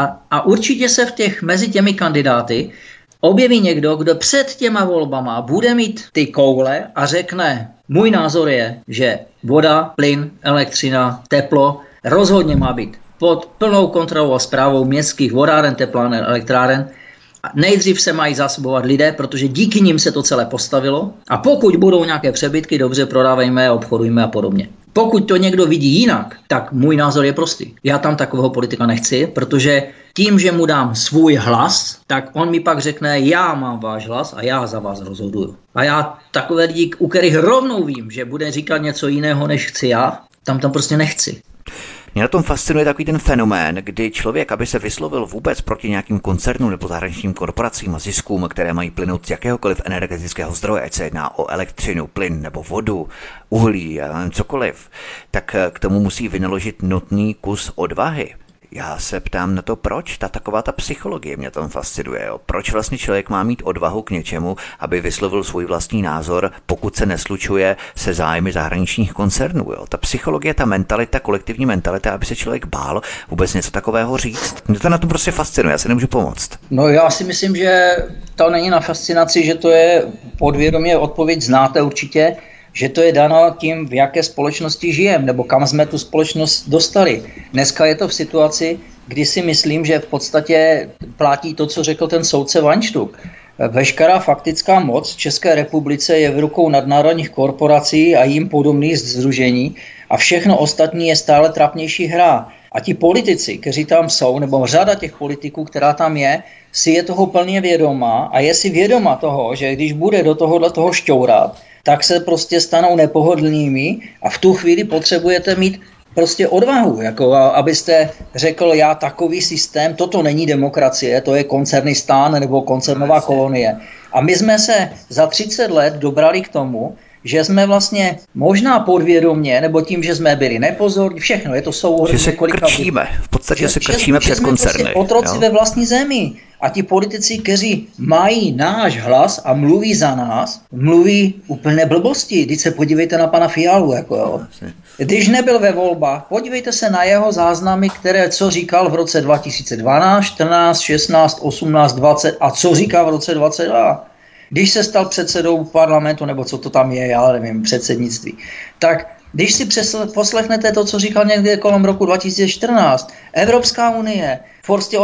A určitě se mezi těmi kandidáty objeví někdo, kdo před těma volbama bude mít ty koule a řekne, můj názor je, že voda, plyn, elektřina, teplo rozhodně má být pod plnou kontrolou a správou městských vodáren, tepláren, elektráren. Nejdřív se mají zásobovat lidé, protože díky nim se to celé postavilo. A pokud budou nějaké přebytky, dobře, prodávejme, obchodujme a podobně. Pokud to někdo vidí jinak, tak můj názor je prostý. Já tam takového politika nechci, protože tím, že mu dám svůj hlas, tak on mi pak řekne, já mám váš hlas a já za vás rozhoduju. A já takové lidi, u kterých rovnou vím, že bude říkat něco jiného, než chci já, tam prostě nechci. Mě na tom fascinuje takový ten fenomén, kdy člověk, aby se vyslovil vůbec proti nějakým koncernům nebo zahraničním korporacím a ziskům, které mají plynout z jakéhokoliv energetického zdroje, ať se jedná o elektřinu, plyn nebo vodu, uhlí a cokoliv, tak k tomu musí vynaložit nutný kus odvahy. Já se ptám na to, proč taková ta psychologie mě tam fascinuje. Jo? Proč vlastně člověk má mít odvahu k něčemu, aby vyslovil svůj vlastní názor, pokud se neslučuje se zájmy zahraničních koncernů. Jo? Ta psychologie, ta mentalita, kolektivní mentalita, aby se člověk bál vůbec něco takového říct. Mě to na tom prostě fascinuje, já si nemůžu pomoct. No já si myslím, že to není na fascinaci, že to je podvědomě, odpověď znáte určitě, že to je dáno tím, v jaké společnosti žijeme, nebo kam jsme tu společnost dostali. Dneska je to v situaci, kdy si myslím, že v podstatě platí to, co řekl ten soudce Weinstuck. Veškerá faktická moc v České republice je v rukou nadnárodních korporací a jim podobných sdružení a všechno ostatní je stále trapnější hra. A ti politici, kteří tam jsou, nebo řada těch politiků, která tam je, si je toho plně vědomá a je si vědoma toho, že když bude do toho šťourat, tak se prostě stanou nepohodlnými a v tu chvíli potřebujete mít prostě odvahu, jako abyste řekl, já takový systém, toto není demokracie, to je koncernistán nebo koncernová kolonie. A my jsme se za 30 let dobrali k tomu, že jsme vlastně možná podvědomě, nebo tím, že jsme byli nepozorní, všechno, je to souhrn několika... V podstatě se krčíme přes koncerny. Prostě otroci ve vlastní zemi. A ti politici, kteří mají náš hlas a mluví za nás, mluví úplně blbosti. Když se podívejte na pana Fialu. Jako jo. Když nebyl ve volbách, podívejte se na jeho záznamy, co říkal v roce 2012, 14, 16, 18, 20 a co říká v roce 22. Když se stal předsedou parlamentu, nebo co to tam je, já nevím, předsednictví, tak když si poslechnete to, co říkal někde kolem roku 2014, Evropská unie, prostě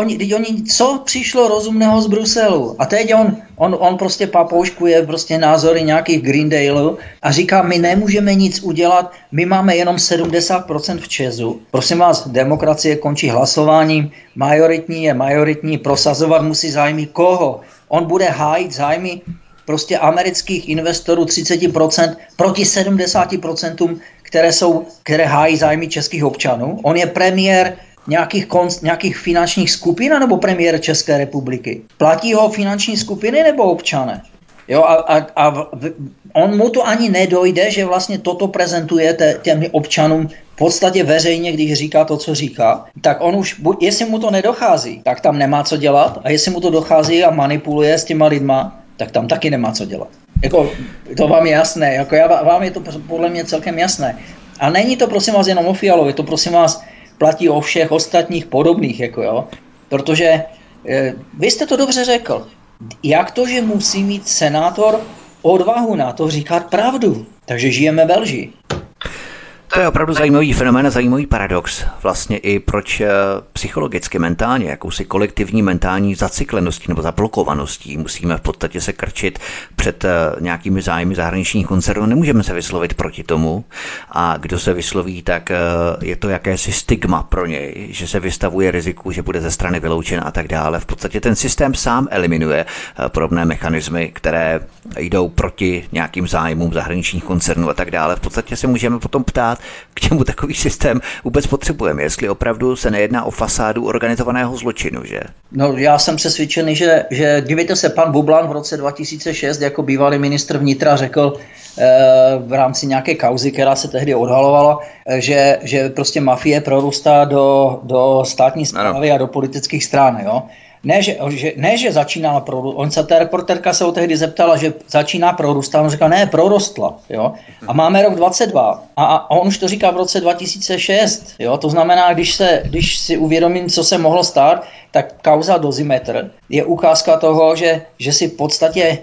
co přišlo rozumného z Bruselu? A teď on prostě papouškuje prostě názory nějakých Green Dealů a říká, my nemůžeme nic udělat, my máme jenom 70% v Česu. Prosím vás, demokracie končí hlasováním, majoritní je majoritní, prosazovat musí zájmy koho? On bude hájit zájmy prostě amerických investorů 30% proti 70%, které hájí zájmy českých občanů. On je premiér nějakých finančních skupin nebo premiér České republiky. Platí ho finanční skupiny nebo občané? Jo, a on mu to ani nedojde, že vlastně toto prezentuje těm občanům v podstatě veřejně, když říká to, co říká. Tak on už, jestli mu to nedochází, tak tam nemá co dělat. A jestli mu to dochází a manipuluje s těma lidma, tak tam taky nemá co dělat. Jako, to vám je jasné, jako vám je to podle mě celkem jasné. A není to prosím vás jenom o Fialovi, to prosím vás platí o všech ostatních podobných, jako jo. Protože vy jste to dobře řekl. Jak to, že musí mít senátor odvahu na to říkat pravdu? Takže žijeme ve lži. To je opravdu zajímavý fenomén a zajímavý paradox. Vlastně i proč psychologicky, mentálně, jakousi kolektivní mentální zacykleností nebo zablokovaností musíme v podstatě se krčit před nějakými zájmy zahraničních koncernů. Nemůžeme se vyslovit proti tomu a kdo se vysloví, tak je to jakési stigma pro něj, že se vystavuje riziku, že bude ze strany vyloučen a tak dále. V podstatě ten systém sám eliminuje podobné mechanismy, které jdou proti nějakým zájmům zahraničních koncernů a tak dále. V podstatě se můžeme potom ptát, k čemu takový systém vůbec potřebujeme, jestli opravdu se nejedná o fasádu organizovaného zločinu, že? No, já jsem přesvědčený, že dívejte se, pan Bublan v roce 2006 jako bývalý ministr vnitra řekl v rámci nějaké kauzy, která se tehdy odhalovala, že prostě mafie prorůstá do státní správy a do politických stran, jo. Ne, že začínala prorůst. Ta reporterka se ho tehdy zeptala, že začíná prorůst, a on říkal, ne, prorostla, jo. A máme rok 22 a on už to říká v roce 2006, jo. To znamená, když si uvědomím, co se mohlo stát, tak kauza Dozimetr je ukázka toho, že si v podstatě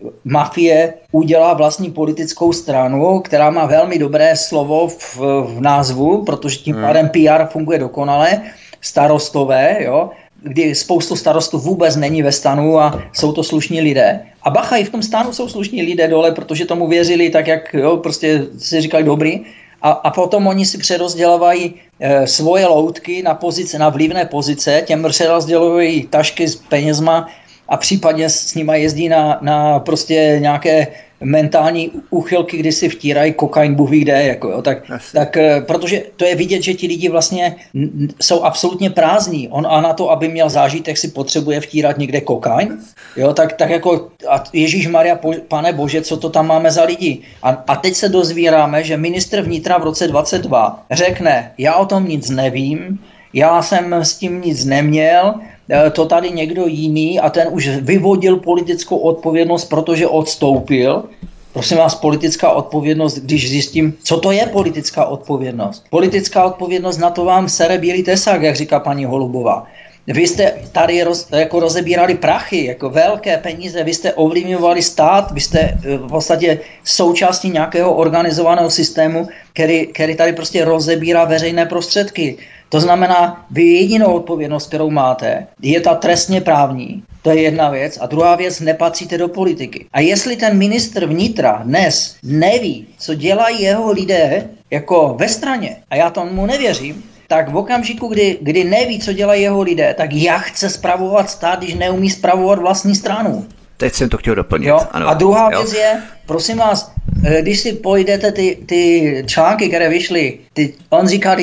mafie udělá vlastní politickou stranu, která má velmi dobré slovo v názvu, protože tím pádem PR funguje dokonale, starostové, jo, kdy spoustu starostů vůbec není ve stanu a jsou to slušní lidé. A bacha, i v tom stanu jsou slušní lidé dole, protože tomu věřili tak, jak jo, prostě si říkali dobrý. A potom oni si přerozdělovají svoje loutky na vlivné pozice, těm přerozdělují tašky s penězma a případně s nima jezdí na prostě nějaké mentální úchylky, kdy si vtírají kokain, Bůh ví kde, jako jo, tak protože to je vidět, že ti lidi vlastně jsou absolutně prázdní. On a na to, aby měl zážitek, si potřebuje vtírat někde kokain, jo, tak jako Ježíšmarja, Pane Bože, co to tam máme za lidi? A teď se dozvíráme, že ministr vnitra v roce 22 řekne, já o tom nic nevím, já jsem s tím nic neměl, to tady někdo jiný a ten už vyvodil politickou odpovědnost, protože odstoupil. Prosím vás, politická odpovědnost, když zjistím, co to je politická odpovědnost. Politická odpovědnost, na to vám sere bílý tesák, jak říká paní Holubová. Vy jste tady jako rozebírali prachy, jako velké peníze, vy jste ovlivňovali stát, vy jste v podstatě součástí nějakého organizovaného systému, který tady prostě rozebírá veřejné prostředky. To znamená, vy jedinou odpovědnost, kterou máte, je ta trestně právní. To je jedna věc. A druhá věc, nepatříte do politiky. A jestli ten ministr vnitra dnes neví, co dělají jeho lidé jako ve straně, a já tomu nevěřím, tak v okamžiku, kdy neví, co dělají jeho lidé, tak jak chce spravovat stát, když neumí spravovat vlastní stranu. Teď jsem to chtěl doplnit. Jo? Ano. A druhá věc je, prosím vás, když si pojdete ty články, které vyšly, on říká,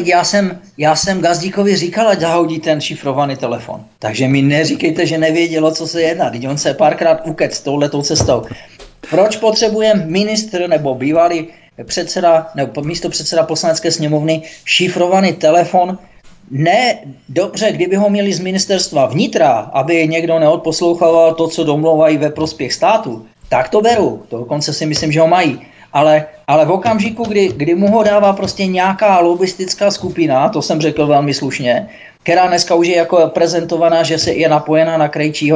já jsem Gazdíkovi říkal, ať zahodí ten šifrovaný telefon. Takže mi neříkejte, že nevědělo, co se jedná. Teď on se párkrát ukec touhletou cestou. Proč potřebuje ministr nebo bývalý předseda nebo místopředseda Poslanecké sněmovny šifrovaný telefon? Ne, dobře, kdyby ho měli z ministerstva vnitra, aby někdo neodposlouchal to, co domlouvají ve prospěch státu, tak to beru. To dokonce si myslím, že ho mají. Ale v okamžiku, kdy mu ho dává prostě nějaká lobistická skupina, to jsem řekl velmi slušně, která dneska už je jako prezentovaná, že se je napojená na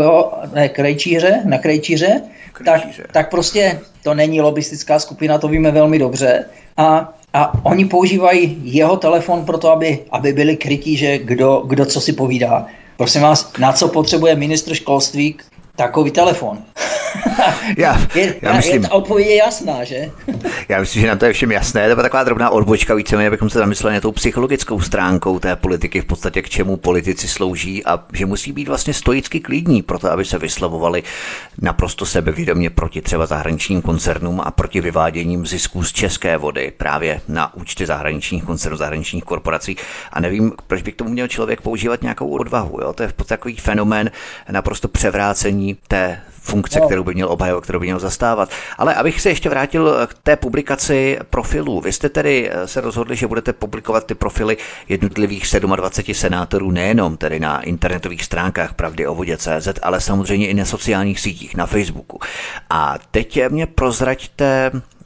Krejčíře, tak prostě to není lobistická skupina, to víme velmi dobře. A oni používají jeho telefon pro to, aby byli krytí, že kdo co si povídá. Prosím vás, na co potřebuje ministr školství takový telefon? Já myslím, ta odpověď je jasná, že? Já myslím, že nám to je všem jasné. To je taková drobná odbočka, víceméně abychom se zamysleli na tou psychologickou stránkou té politiky, v podstatě k čemu politici slouží a že musí být vlastně stoicky klidní pro to, aby se vyslovovali naprosto sebevědomě proti třeba zahraničním koncernům a proti vyváděním zisků z české vody právě na účty zahraničních koncernů, zahraničních korporací. A nevím, proč by k tomu měl člověk používat nějakou odvahu. Jo? To je v podstatě takový fenomén naprosto převrácení té funkce, kterou by měl obhajovat, kterou by měl zastávat. Ale abych se ještě vrátil k té publikaci profilů. Vy jste tedy se rozhodli, že budete publikovat ty profily jednotlivých 27 senátorů nejenom tedy na internetových stránkách Pravdy o vodě.cz, ale samozřejmě i na sociálních sítích, na Facebooku. A teď mě prozraďte,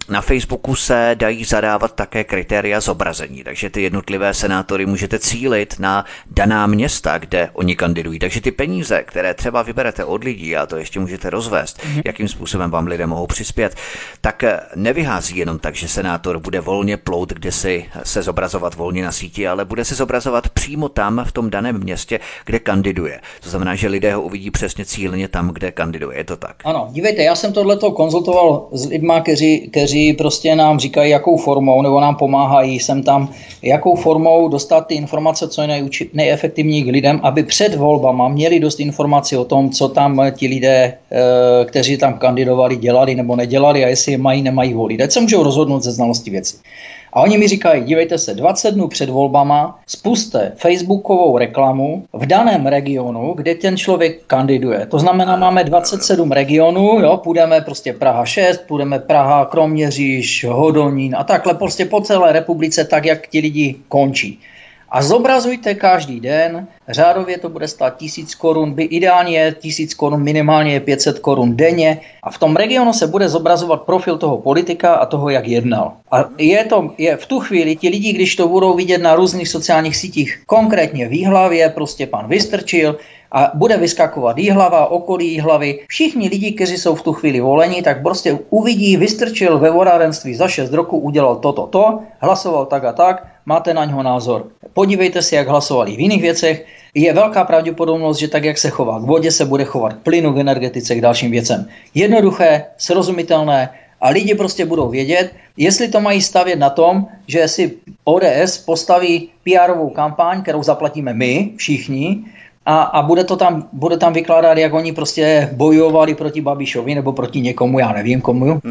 Na Facebooku se dají zadávat také kritéria zobrazení, takže ty jednotlivé senátory můžete cílit na daná města, kde oni kandidují. Takže ty peníze, které třeba vyberete od lidí, a to ještě můžete rozvést, jakým způsobem vám lidé mohou přispět, tak nevyhází jenom tak, že senátor bude volně plout, kde si se zobrazovat volně na síti, ale bude se zobrazovat přímo tam v tom daném městě, kde kandiduje. To znamená, že lidé ho uvidí přesně cíleně tam, kde kandiduje. Je to tak? Ano, dívejte, já jsem tohleto konzultoval s lidma, kteří prostě nám říkají, jakou formou, nebo nám pomáhají sem tam, jakou formou dostat ty informace, co je nejefektivněji k lidem, aby před volbama měli dost informací o tom, co tam ti lidé, kteří tam kandidovali, dělali nebo nedělali a jestli je mají, nemají volit. Ať se můžou rozhodnout ze znalosti věci. A oni mi říkají, dívejte se, 20 dnů před volbama spuste facebookovou reklamu v daném regionu, kde ten člověk kandiduje. To znamená, máme 27 regionů, jo, půjdeme prostě Praha 6, půjdeme Praha, Kroměříž, Hodonín a takhle prostě po celé republice, tak jak ti lidi končí. A zobrazujte každý den, řádově to bude stát 1000 korun, ideálně je 1000 korun, minimálně je 500 korun denně a v tom regionu se bude zobrazovat profil toho politika a toho, jak jednal. A je v tu chvíli ti lidi, když to budou vidět na různých sociálních sítích, konkrétně v Jihlavě, prostě pan Vystrčil, a bude vyskakovat Jihlava, okolí Jihlavy. Všichni lidi, kteří jsou v tu chvíli voleni, tak prostě uvidí, Vystrčil ve vodárenství za 6 roků udělal to, hlasoval tak a tak, máte na něho názor. Podívejte si, jak hlasovali v jiných věcech. Je velká pravděpodobnost, že tak, jak se chová k vodě, se bude chovat k plynu, k energetice, k dalším věcem. Jednoduché, srozumitelné a lidi prostě budou vědět, jestli to mají stavět na tom, že si ODS postaví PR-ovou kampaň, kterou zaplatíme my, všichni, a bude tam vykládat, jak oni prostě bojovali proti Babišovi nebo proti někomu, já nevím komu,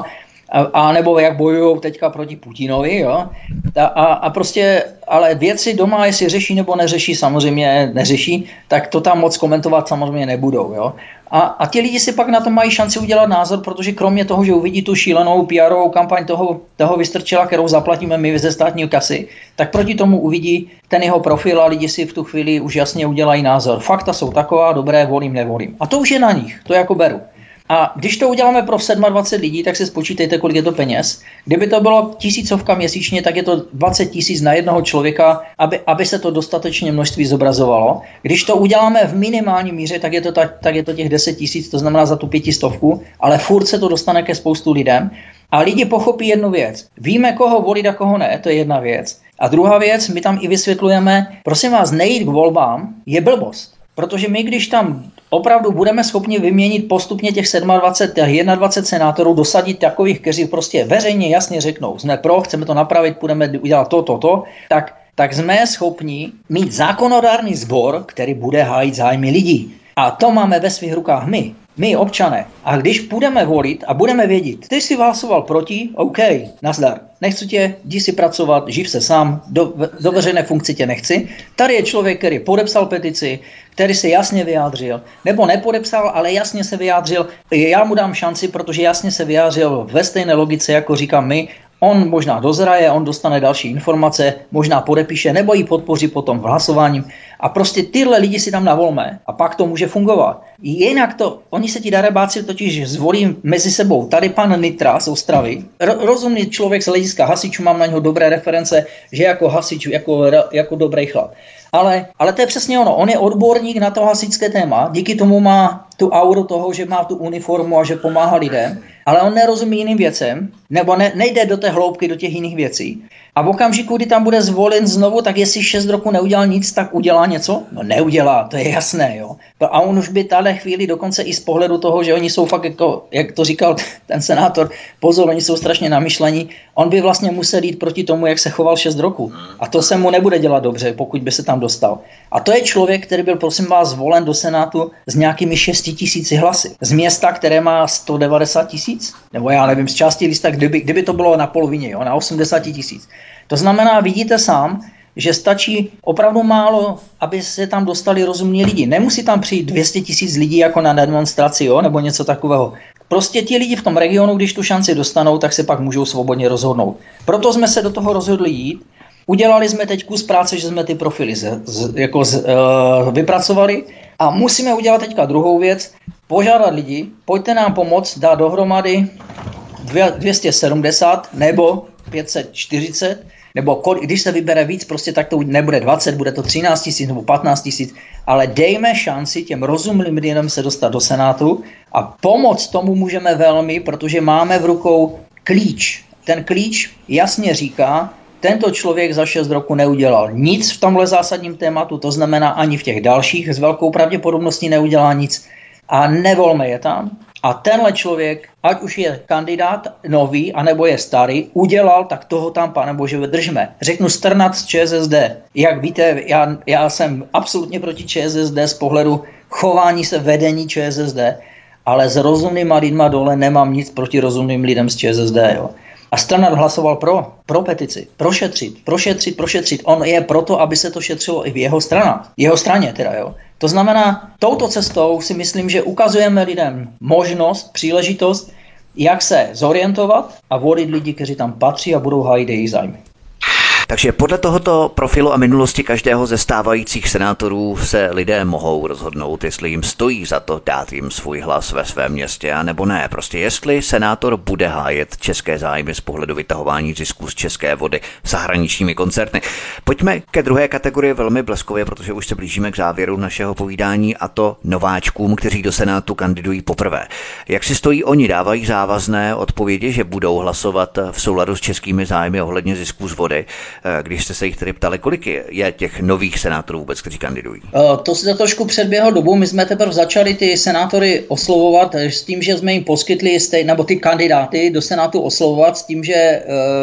a nebo jak bojují teďka proti Putinovi, jo. A prostě, ale věci doma, jestli řeší nebo neřeší, samozřejmě neřeší, tak to tam moc komentovat samozřejmě nebudou, jo. A ti lidi si pak na to mají šanci udělat názor, protože kromě toho, že uvidí tu šílenou PR-ovou kampaň toho Vystrčila, kterou zaplatíme my ze státní kasy, tak proti tomu uvidí ten jeho profil a lidi si v tu chvíli už jasně udělají názor. Fakta jsou taková, dobré, volím, nevolím. A to už je na nich, to jako beru. A když to uděláme pro 27 lidí, tak si spočítejte, kolik je to peněz. Kdyby to bylo 1000 měsíčně, tak je to 20 000 na jednoho člověka, aby se to dostatečně množství zobrazovalo. Když to uděláme v minimální míře, tak je to těch 10 000, to znamená za tu 500, ale furt se to dostane ke spoustu lidem. A lidi pochopí jednu věc. Víme, koho volit a koho ne, to je jedna věc. A druhá věc, my tam i vysvětlujeme, prosím vás, nejít k volbám je blbost. Protože my, když tam opravdu budeme schopni vyměnit postupně těch 21 senátorů, dosadit takových, kteří prostě veřejně jasně řeknou, jsme pro, chceme to napravit, budeme udělat to, tak jsme schopni mít zákonodárný sbor, který bude hájit zájmy lidí. A to máme ve svých rukách my občané. A když půjdeme volit a budeme vědět, ty jsi hlasoval proti, OK, nazdar. Nechci tě, jdi si pracovat, živ se sám, do veřejné funkce tě nechci. Tady je člověk, který podepsal petici, který se jasně vyjádřil, nebo nepodepsal, ale jasně se vyjádřil. Já mu dám šanci, protože jasně se vyjádřil ve stejné logice, jako říkám my. On možná dozraje, on dostane další informace, možná podepíše, nebo ji podpoří potom v hlasováním. A prostě tyhle lidi si tam navolme a pak to může fungovat. Jinak oni se ti darebáci totiž zvolí mezi sebou. Tady pan Nitra z Ostravy, rozumný člověk z hlediska hasičů, mám na něho dobré reference, že jako hasič, jako dobrý chlap. Ale to je přesně ono, on je odborník na to hasičské téma, díky tomu má tu auru toho, že má tu uniformu a že pomáhá lidem, ale on nerozumí jiným věcem, nebo nejde do té hloubky, do těch jiných věcí. A v okamžiku, kdy tam bude zvolen znovu, tak jestli 6 roku neudělal nic, tak udělá něco? No neudělá, to je jasné, jo. A on už by tahle chvíli dokonce i z pohledu toho, že oni jsou fakt, jako, jak to říkal ten senátor, pozor, oni jsou strašně namyšlení, on by vlastně musel jít proti tomu, jak se choval 6 roku. A to se mu nebude dělat dobře, pokud by se tam dostal. A to je člověk, který byl, prosím vás, zvolen do Senátu s nějakými 6 000 hlasy. Z města, které má 190 000, nebo já nevím, z části lista, kdyby to bylo na polovině, jo, na 80 000. To znamená, vidíte sám, že stačí opravdu málo, aby se tam dostali rozumní lidi. Nemusí tam přijít 200 000 lidí jako na demonstraci, jo, nebo něco takového. Prostě ti lidi v tom regionu, když tu šanci dostanou, tak se pak můžou svobodně rozhodnout. Proto jsme se do toho rozhodli jít. Udělali jsme teď kus práce, že jsme ty profily vypracovali a musíme udělat teďka druhou věc, požádat lidi, pojďte nám pomoct dát dohromady 270 nebo 540, nebo když se vybere víc, prostě tak to nebude 20, bude to 13 000 nebo 15 000, ale dejme šanci těm rozumným lidem se dostat do Senátu a pomoct tomu můžeme velmi, protože máme v rukou klíč. Ten klíč jasně říká, tento člověk za 6 roku neudělal nic v tomhle zásadním tématu, to znamená ani v těch dalších s velkou pravděpodobností neudělá nic a nevolme je tam. A tenhle člověk, ať už je kandidát nový, anebo je starý, udělal, tak toho tam, pane bože, držme. Řeknu strnat z ČSSD. Jak víte, já jsem absolutně proti ČSSD z pohledu chování se vedení ČSSD, ale s rozumnýma lidma dole nemám nic proti rozumným lidem z ČSSD. Jo. A Strnad hlasoval pro petici, prošetřit. On je proto, aby se to šetřilo i v jeho straně teda, jo. To znamená, touto cestou si myslím, že ukazujeme lidem možnost, příležitost, jak se zorientovat a volit lidi, kteří tam patří a budou hájit jejich zájmy. Takže podle tohoto profilu a minulosti každého ze stávajících senátorů se lidé mohou rozhodnout, jestli jim stojí za to dát jim svůj hlas ve svém městě, anebo ne. Prostě jestli senátor bude hájet české zájmy z pohledu vytahování zisků z české vody zahraničními koncerny. Pojďme ke druhé kategorii velmi bleskově, protože už se blížíme k závěru našeho povídání, a to nováčkům, kteří do Senátu kandidují poprvé. Jak si stojí oni? Dávají závazné odpovědi, že budou hlasovat v souladu s českými zájmy ohledně zisků z vody? Když jste se jich tedy ptali, kolik je těch nových senátorů vůbec, kteří kandidují? To se trošku předběhlo dobu. My jsme teprve začali ty senátory oslovovat s tím, že jsme jim poskytli, nebo ty kandidáty do Senátu oslovovat s tím, že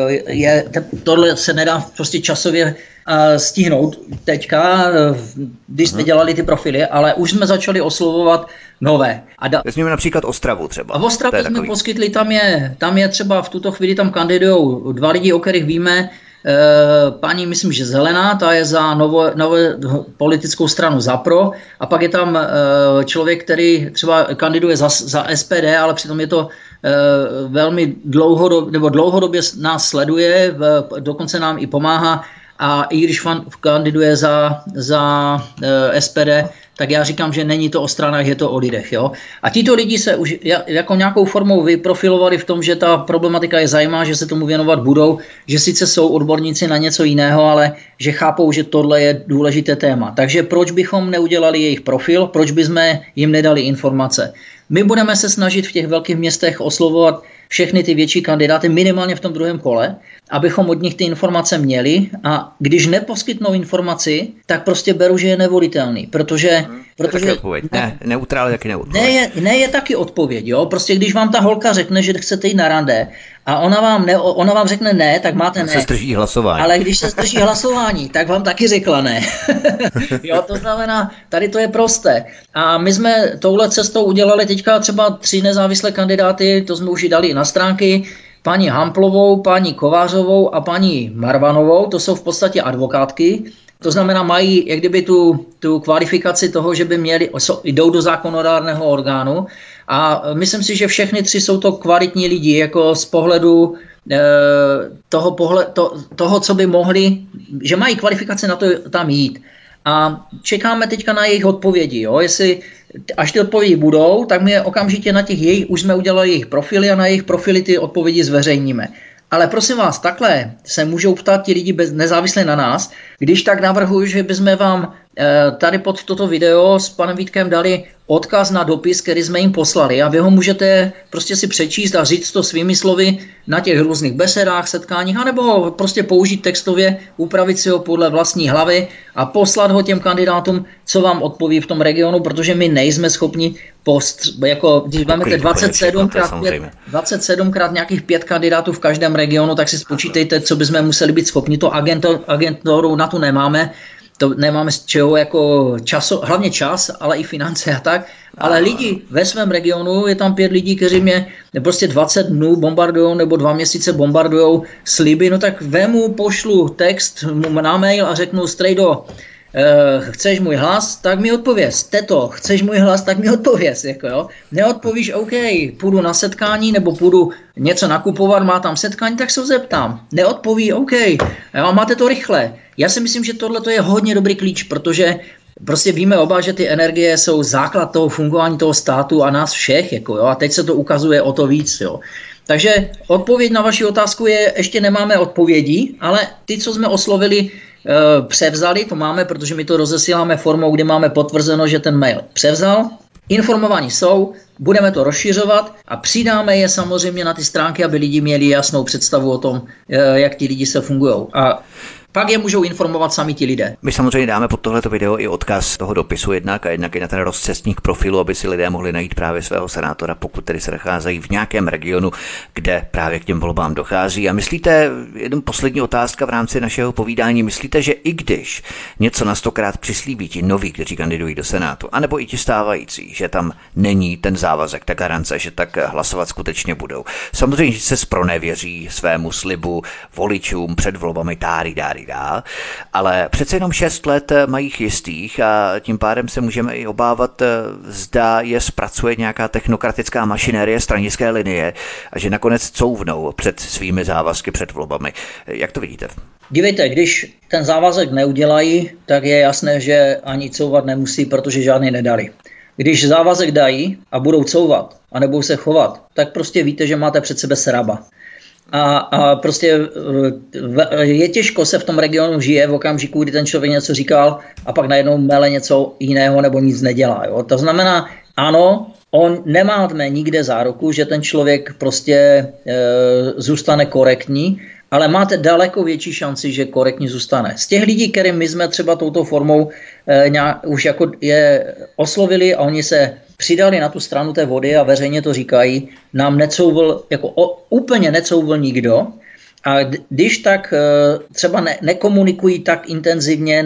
tohle se nedá prostě časově stihnout teďka, když jsme dělali ty profily, ale už jsme začali oslovovat nové. Vezměme například Ostravu třeba. A v Ostravě jsme poskytli, tam je třeba v tuto chvíli tam kandidujou 2 lidi, o kterých víme. Paní, myslím, že Zelená, ta je za novou politickou stranu ZAPRO, a pak je tam člověk, který třeba kandiduje za SPD, ale přitom je to velmi dlouhodobě nás sleduje, dokonce nám i pomáhá, a i když kandiduje za SPD, tak já říkám, že není to o stranách, je to o lidech. Jo? A tito lidi se už jako nějakou formou vyprofilovali v tom, že ta problematika je zajímá, že se tomu věnovat budou, že sice jsou odborníci na něco jiného, ale že chápou, že tohle je důležité téma. Takže proč bychom neudělali jejich profil, proč bychom jim nedali informace? My budeme se snažit v těch velkých městech oslovovat všechny ty větší kandidáty minimálně v tom druhém kole, abychom od nich ty informace měli, a když neposkytnou informaci, tak prostě beru, že je nevolitelný, protože odpověď. Neutrál taky neodpověď. Ne je taky odpověď, jo. Prostě když vám ta holka řekne, že chcete jít na rande a ona vám řekne ne, tak máte ne. Se zdrží hlasování. Ale když se zdrží hlasování, tak vám taky řekla ne. Jo, to znamená, tady to je prosté. A my jsme touhle cestou udělali teďka třeba 3 nezávislé kandidáty, to jsme už i dali na stránky, paní Hamplovou, paní Kovářovou a paní Marvanovou, to jsou v podstatě advokátky. To znamená, mají jak kdyby tu kvalifikaci toho, že by jdou do zákonodárného orgánu, a myslím si, že všechny 3 jsou to kvalitní lidi, jako z pohledu toho, co by mohli, že mají kvalifikaci na to tam jít. A čekáme teďka na jejich odpovědi. Jo? Až ty odpovědi budou, tak my okamžitě na těch už jsme udělali jejich profily a na jejich profily ty odpovědi zveřejníme. Ale prosím vás, takhle se můžou ptát ti lidi nezávisle na nás. Když tak navrhuji, že bychom vám tady pod toto video s panem Vítkem dali odkaz na dopis, který jsme jim poslali, a vy ho můžete prostě si přečíst a říct to svými slovy na těch různých besedách, setkáních, anebo prostě použít textově, upravit si ho podle vlastní hlavy a poslat ho těm kandidátům, co vám odpoví v tom regionu, protože my nejsme schopni když máme 27krát nějakých 5 kandidátů v každém regionu, tak si spočítejte, co bychom museli být schopni. To agenturu na to nemáme. To nemáme z čeho jako hlavně čas, ale i finance a tak. Ale lidi ve svém regionu, je tam 5 lidí, kteří mě prostě 20 dnů bombardujou nebo 2 měsíce bombardujou sliby, no tak pošlu text na mail a řeknu strejdo, chceš můj hlas, tak mi odpověz. Teto, chceš můj hlas, tak mi odpověz. Jako jo. Neodpovíš, OK, půjdu na setkání nebo půjdu něco nakupovat, má tam setkání, tak se ho zeptám. Neodpoví, OK, jo, máte to rychle. Já si myslím, že tohle je hodně dobrý klíč, protože prostě víme oba, že ty energie jsou základ toho fungování toho státu a nás všech, jako, jo, a teď se to ukazuje o to víc, jo. Takže odpověď na vaši otázku je, ještě nemáme odpovědi, ale ty, co jsme oslovili, převzali, to máme, protože my to rozesíláme formou, kdy máme potvrzeno, že ten mail převzal. Informovaní jsou, budeme to rozšiřovat a přidáme je samozřejmě na ty stránky, aby lidi měli jasnou představu o tom, jak ti lidi se fungují. A pak je můžou informovat sami ti lidé. My samozřejmě dáme pod tohleto video i odkaz toho dopisu jednak a jednak i na ten rozcestník profilu, aby si lidé mohli najít právě svého senátora, pokud tedy se nacházejí v nějakém regionu, kde právě k těm volbám dochází. A myslíte, jenom poslední otázka v rámci našeho povídání, myslíte, že i když něco na 100krát přislíbí ti noví, kteří kandidují do Senátu, anebo i ti stávající, že tam není ten závazek, ta garance, že tak hlasovat skutečně budou. Samozřejmě, že se zpronevěří svému slibu voličům před volbami ale přece jenom 6 let mají jistých a tím pádem se můžeme i obávat, zda je zpracuje nějaká technokratická mašinérie stranické linie a že nakonec couvnou před svými závazky před volbami. Jak to vidíte? Dívejte, když ten závazek neudělají, tak je jasné, že ani couvat nemusí, protože žádný nedali. Když závazek dají a budou couvat a nebudou se chovat, tak prostě víte, že máte před sebe sraba. A prostě je těžko se v tom regionu žije v okamžiku, kdy ten člověk něco říkal a pak najednou mele něco jiného nebo nic nedělá. Jo? To znamená, ano, on nemáme nikde záruku, že ten člověk prostě zůstane korektní, ale máte daleko větší šanci, že korektně zůstane. Z těch lidí, kterým my jsme třeba touto formou už jako je oslovili a oni se přidali na tu stranu té vody a veřejně to říkají, nám necouvl, jako úplně necouvl nikdo. A když tak třeba nekomunikují tak intenzivně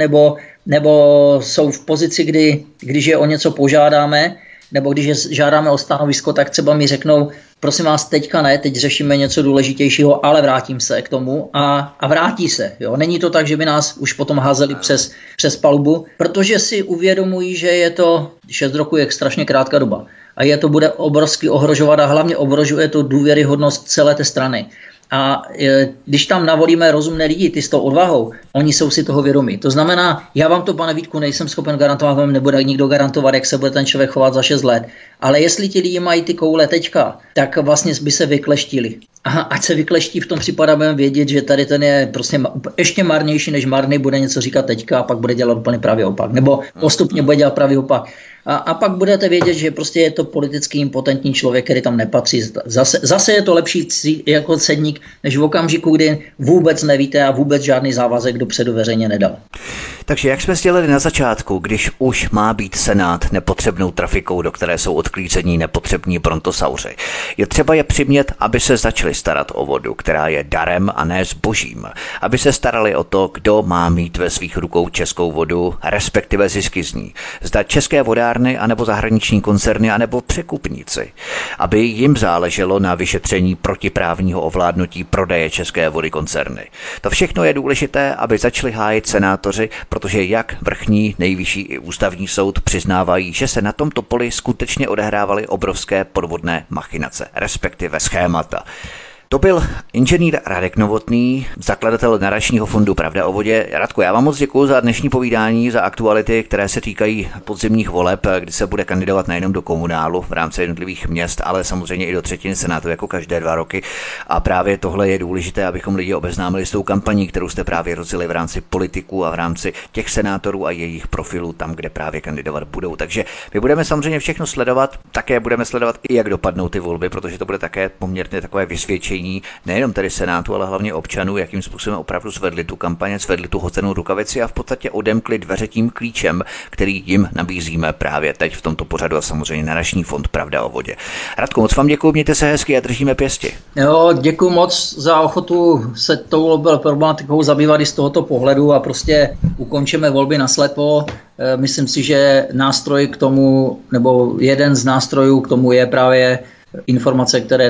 nebo jsou v pozici, když je o něco požádáme, nebo když je žádáme o stanovisko, tak třeba mi řeknou, prosím vás, teďka ne, teď řešíme něco důležitějšího, ale vrátím se k tomu a vrátí se. Jo? Není to tak, že by nás už potom házeli přes palubu, protože si uvědomují, že je to 6 roků je strašně krátká doba a je to bude obrovsky ohrožovat a hlavně ohrožuje to důvěryhodnost celé té strany. A když tam navolíme rozumné lidi, ty s tou odvahou, oni jsou si toho vědomí. To znamená, já vám to, pane Vítku, nejsem schopen garantovat, vám nebude nikdo garantovat, jak se bude ten člověk chovat za 6 let. Ale jestli ti lidi mají ty koule teďka, tak vlastně by se vykleštili. A ať se vykleští, v tom případě budeme vědět, že tady ten je prostě ještě marnější než marný, bude něco říkat teďka a pak bude dělat úplně pravý opak. Nebo postupně bude dělat pravý opak. A pak budete vědět, že prostě je to politicky impotentní člověk, který tam nepatří. Zase je to lepší jako cedník, než v okamžiku, kdy vůbec nevíte a vůbec žádný závazek dopředu veřejně nedal. Takže jak jsme sdělili na začátku, když už má být Senát nepotřebnou trafikou, do které jsou odklízení nepotřební brontosauři, je třeba je přimět, aby se začali starat o vodu, která je darem a ne zbožím. Aby se starali o to, kdo má mít ve svých rukou českou vodu, respektive zisky z ní. Zda české vodárny, anebo zahraniční koncerny, anebo překupníci. Aby jim záleželo na vyšetření protiprávního ovládnutí prodeje české vody koncerny. To všechno je důležité, aby začali hájit senátoři, protože jak vrchní, nejvyšší i ústavní soud přiznávají, že se na tomto poli skutečně odehrávaly obrovské podvodné machinace, respektive schémata. To byl inženýr Radek Novotný, zakladatel nadačního fondu Pravda o vodě. Radku, já vám moc děkuji za dnešní povídání, za aktuality, které se týkají podzimních voleb, kdy se bude kandidovat nejenom do komunálu v rámci jednotlivých měst, ale samozřejmě i do třetiny senátu jako každé 2 roky. A právě tohle je důležité, abychom lidi obeznámili s tou kampaní, kterou jste právě rozjeli v rámci politiků a v rámci těch senátorů a jejich profilů tam, kde právě kandidovat budou. Takže my budeme samozřejmě všechno sledovat, také budeme sledovat i jak dopadnou ty volby, protože to bude také poměrně takové vysvědčení nejenom tedy senátu, ale hlavně občanů, jakým způsobem opravdu svedli tu kampaně, svedli tu hozenou rukavici a v podstatě odemkli dveře tím klíčem, který jim nabízíme právě teď v tomto pořadu a samozřejmě nadační fond Pravda o vodě. Radku, moc vám děkuji, mějte se hezky a držíme pěsti. Jo, děkuji moc za ochotu se tou problematikou zabývat i z tohoto pohledu a prostě ukončíme volby naslepo. Myslím si, že nástroj k tomu, nebo jeden z nástrojů k tomu je právě informace, které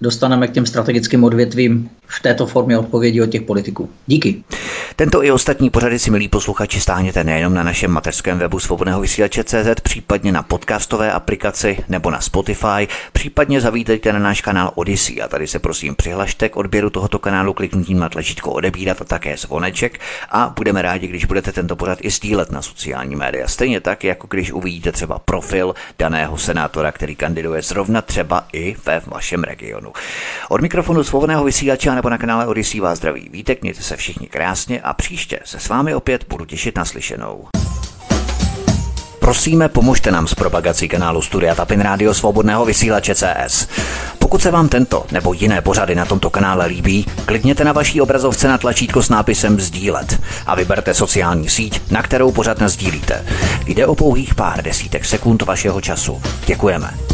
dostaneme k těm strategickým odvětvím v této formě odpovědi od těch politiků. Díky. Tento i ostatní pořady si, milí posluchači, stáhněte nejenom na našem mateřském webu Svobodného vysílače.cz, případně na podcastové aplikaci nebo na Spotify, případně zavítejte na náš kanál Odyssey a tady se prosím přihlašte k odběru tohoto kanálu kliknutím na tlačítko odebírat a také zvoneček a budeme rádi, když budete tento pořad i sdílet na sociální média. Stejně tak, jako když uvidíte třeba profil daného senátora, který kandiduje zrovna třeba i ve vašem regionu. Od mikrofonu Svobodného vysílače nebo na kanále Odyssey vás zdraví Vítek, mějte se všichni krásně a příště se s vámi opět budu těšit na slyšenou. Prosíme, pomožte nám s propagací kanálu Studia Tapin Rádio Svobodného vysílače CS. Pokud se vám tento nebo jiné pořady na tomto kanále líbí, klikněte na vaší obrazovce na tlačítko s nápisem sdílet a vyberte sociální síť, na kterou pořad nasdílíte. Jde o pouhých pár desítek sekund vašeho času. Děkujeme.